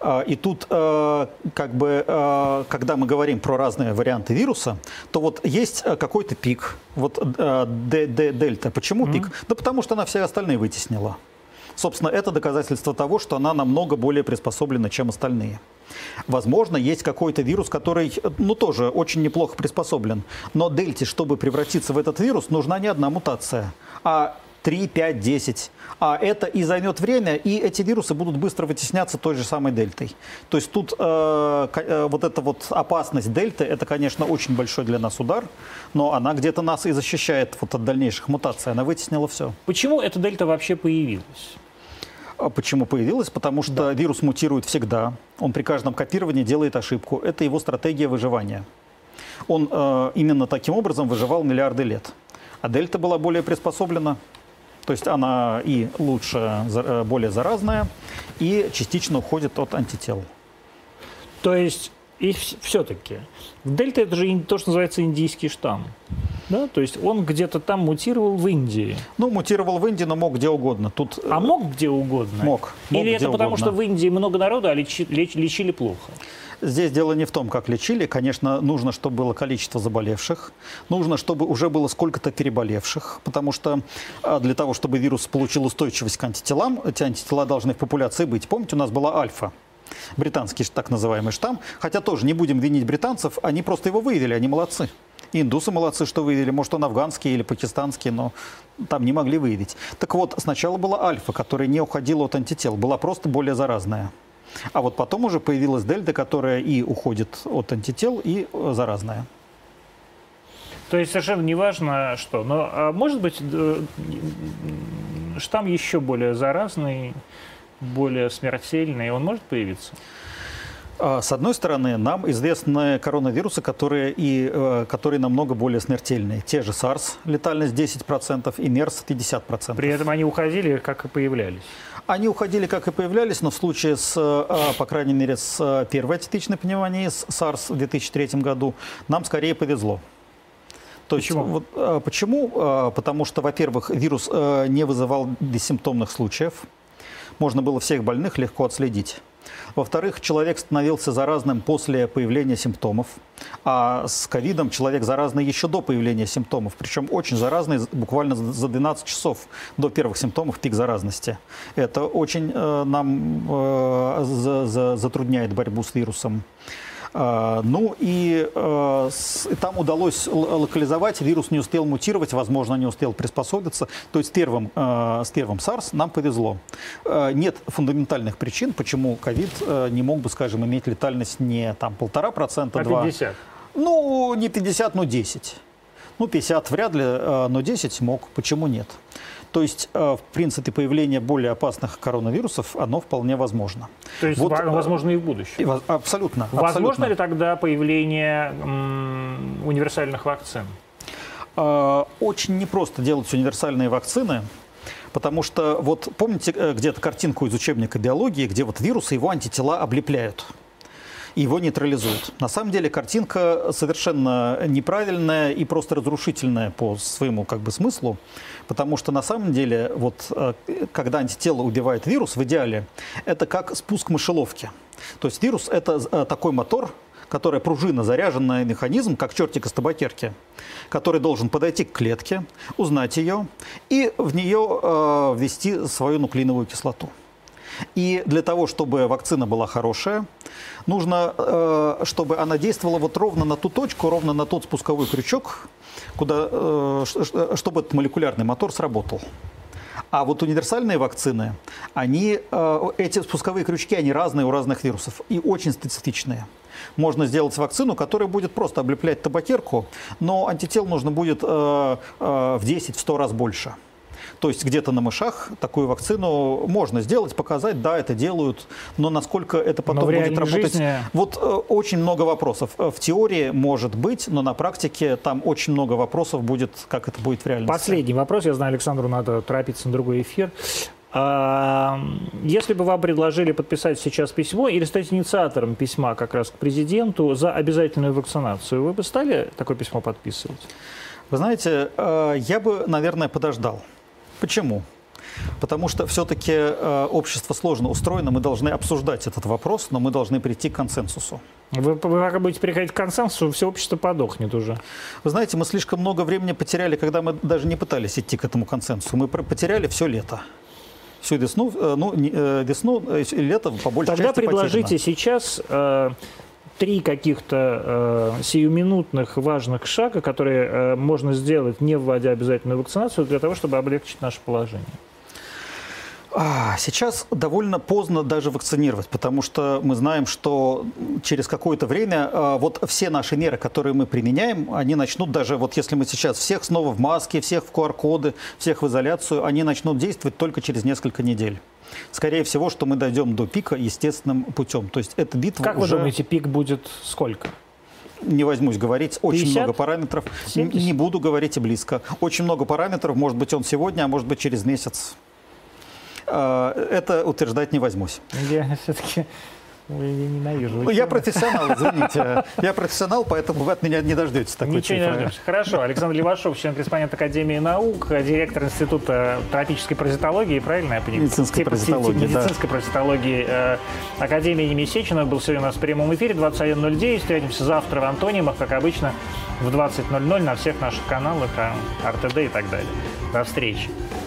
И тут, как бы, когда мы говорим про разные варианты вируса, то вот есть какой-то пик, вот дельта. Почему пик? Да потому что она все остальные вытеснила. Собственно, это доказательство того, что она намного более приспособлена, чем остальные. Возможно, есть какой-то вирус, который, ну, тоже очень неплохо приспособлен. Но дельте, чтобы превратиться в этот вирус, нужна не одна мутация, а 3, 5, 10. А это и займет время, и эти вирусы будут быстро вытесняться той же самой дельтой. То есть тут вот эта вот опасность дельты, это, конечно, очень большой для нас удар, но она где-то нас и защищает вот от дальнейших мутаций. Она вытеснила все. Почему эта дельта вообще появилась? Почему появилась? Потому что вирус мутирует всегда. Он при каждом копировании делает ошибку. Это его стратегия выживания. Он именно таким образом выживал миллиарды лет. А дельта была более приспособлена. То есть она и лучше, более заразная, и частично уходит от антител. То есть, и все-таки, дельта – это же то, что называется индийский штамм. Да? То есть он где-то там мутировал в Индии. Ну, мутировал в Индии, но мог где угодно. Тут, а мог где угодно? Мог. Или это потому, что в Индии много народу, а лечили плохо? Здесь дело не в том, как лечили. Конечно, нужно, чтобы было количество заболевших. Нужно, чтобы уже было сколько-то переболевших. Потому что для того, чтобы вирус получил устойчивость к антителам, эти антитела должны в популяции быть. Помните, у нас была альфа. Британский так называемый штамм. Хотя тоже не будем винить британцев. Они просто его выявили, они молодцы. И индусы молодцы, что выявили. Может, он афганский или пакистанский, но там не могли выявить. Так вот, сначала была альфа, которая не уходила от антител. Была просто более заразная. А вот потом уже появилась дельта, которая и уходит от антител, и заразная. То есть совершенно не важно что. Но может быть штамм еще более заразный, более смертельный, он может появиться? С одной стороны, нам известны коронавирусы, которые намного более смертельные. Те же SARS, летальность 10%, и MERS 50%. При этом они уходили, как и появлялись. Они уходили, как и появлялись, но в случае по крайней мере, с первой атипичной пневмонией, с SARS в 2003 году, нам скорее повезло. То почему? Почему? Потому что, во-первых, вирус не вызывал бессимптомных случаев. Можно было всех больных легко отследить. Во-вторых, человек становился заразным после появления симптомов. А с ковидом человек заразный еще до появления симптомов. Причем очень заразный буквально за 12 часов до первых симптомов пик заразности. Это очень нам затрудняет борьбу с вирусом. Ну и там удалось локализовать, вирус не успел мутировать, возможно, не успел приспособиться. То есть с первым SARS нам повезло. Нет фундаментальных причин, почему ковид не мог бы, скажем, иметь летальность не там 1,5%, 2%. А 50%? Ну, не 50, но 10. Ну, 50 вряд ли, но 10 мог. Почему нет? То есть, в принципе, появление более опасных коронавирусов, оно вполне возможно. То есть, вот, возможно, и в будущем? Абсолютно. Возможно ли тогда появление универсальных вакцин? Очень непросто делать универсальные вакцины, потому что, вот помните где-то картинку из учебника биологии, где вот вирусы его антитела облепляют? И его нейтрализуют. На самом деле картинка совершенно неправильная и просто разрушительная по своему как бы смыслу, потому что на самом деле вот когда антитело убивает вирус, в идеале это как спуск мышеловки. То есть вирус это такой мотор, которая пружина, заряженный механизм, как чертик из табакерки, который должен подойти к клетке, узнать ее и в нее ввести свою нуклеиновую кислоту. И для того, чтобы вакцина была хорошая, нужно, чтобы она действовала вот ровно на ту точку, ровно на тот спусковой крючок, куда, чтобы этот молекулярный мотор сработал. А вот универсальные вакцины, эти спусковые крючки, они разные у разных вирусов и очень специфичные. Можно сделать вакцину, которая будет просто облеплять табакерку, но антител нужно будет в 10-100 раз больше. То есть где-то на мышах такую вакцину можно сделать, показать, да, это делают, но насколько это потом будет работать, вот очень много вопросов. В теории может быть, но на практике там очень много вопросов будет, как это будет в реальности. Последний вопрос, я знаю, Александру надо торопиться на другой эфир. Если бы вам предложили подписать сейчас письмо или стать инициатором письма как раз к президенту за обязательную вакцинацию, вы бы стали такое письмо подписывать? Вы знаете, я бы, наверное, подождал. Почему? Потому что все-таки общество сложно устроено, мы должны обсуждать этот вопрос, но мы должны прийти к консенсусу. Вы пока будете приходить к консенсусу, все общество подохнет уже. Вы знаете, мы слишком много времени потеряли, когда мы даже не пытались идти к этому консенсусу. Мы потеряли все лето. Всю весну, весну и лето по большей части Тогда предложите потеряно. сейчас 3 каких-то сиюминутных важных шага, которые можно сделать, не вводя обязательную вакцинацию, для того, чтобы облегчить наше положение. Сейчас довольно поздно даже вакцинировать, потому что мы знаем, что через какое-то время вот все наши меры, которые мы применяем, они начнут даже, вот если мы сейчас всех снова в маске, всех в QR-коды, всех в изоляцию, они начнут действовать только через несколько недель. Скорее всего, что мы дойдем до пика естественным путем. То есть эта битва Как уже... вы думаете, пик будет сколько? Не возьмусь говорить, очень 50? много параметров. 70? Не буду говорить и близко. Очень много параметров, может быть он сегодня, а может быть через месяц. Это утверждать не возьмусь. Я все-таки ненавижу. Я профессионал, извините. Я профессионал, поэтому вы от меня не дождетесь такой Ничего не цифры. дождемся. Хорошо. Александр Левашов, член-корреспондент Академии наук, директор Института тропической паразитологии, правильно я понимаю? Медицинской паразитологии, да. Медицинской паразитологии Академии имени Сеченова. Был сегодня у нас в прямом эфире 21:09. Встретимся завтра в антонимах, как обычно, в 20:00 на всех наших каналах, РТД и так далее. До встречи.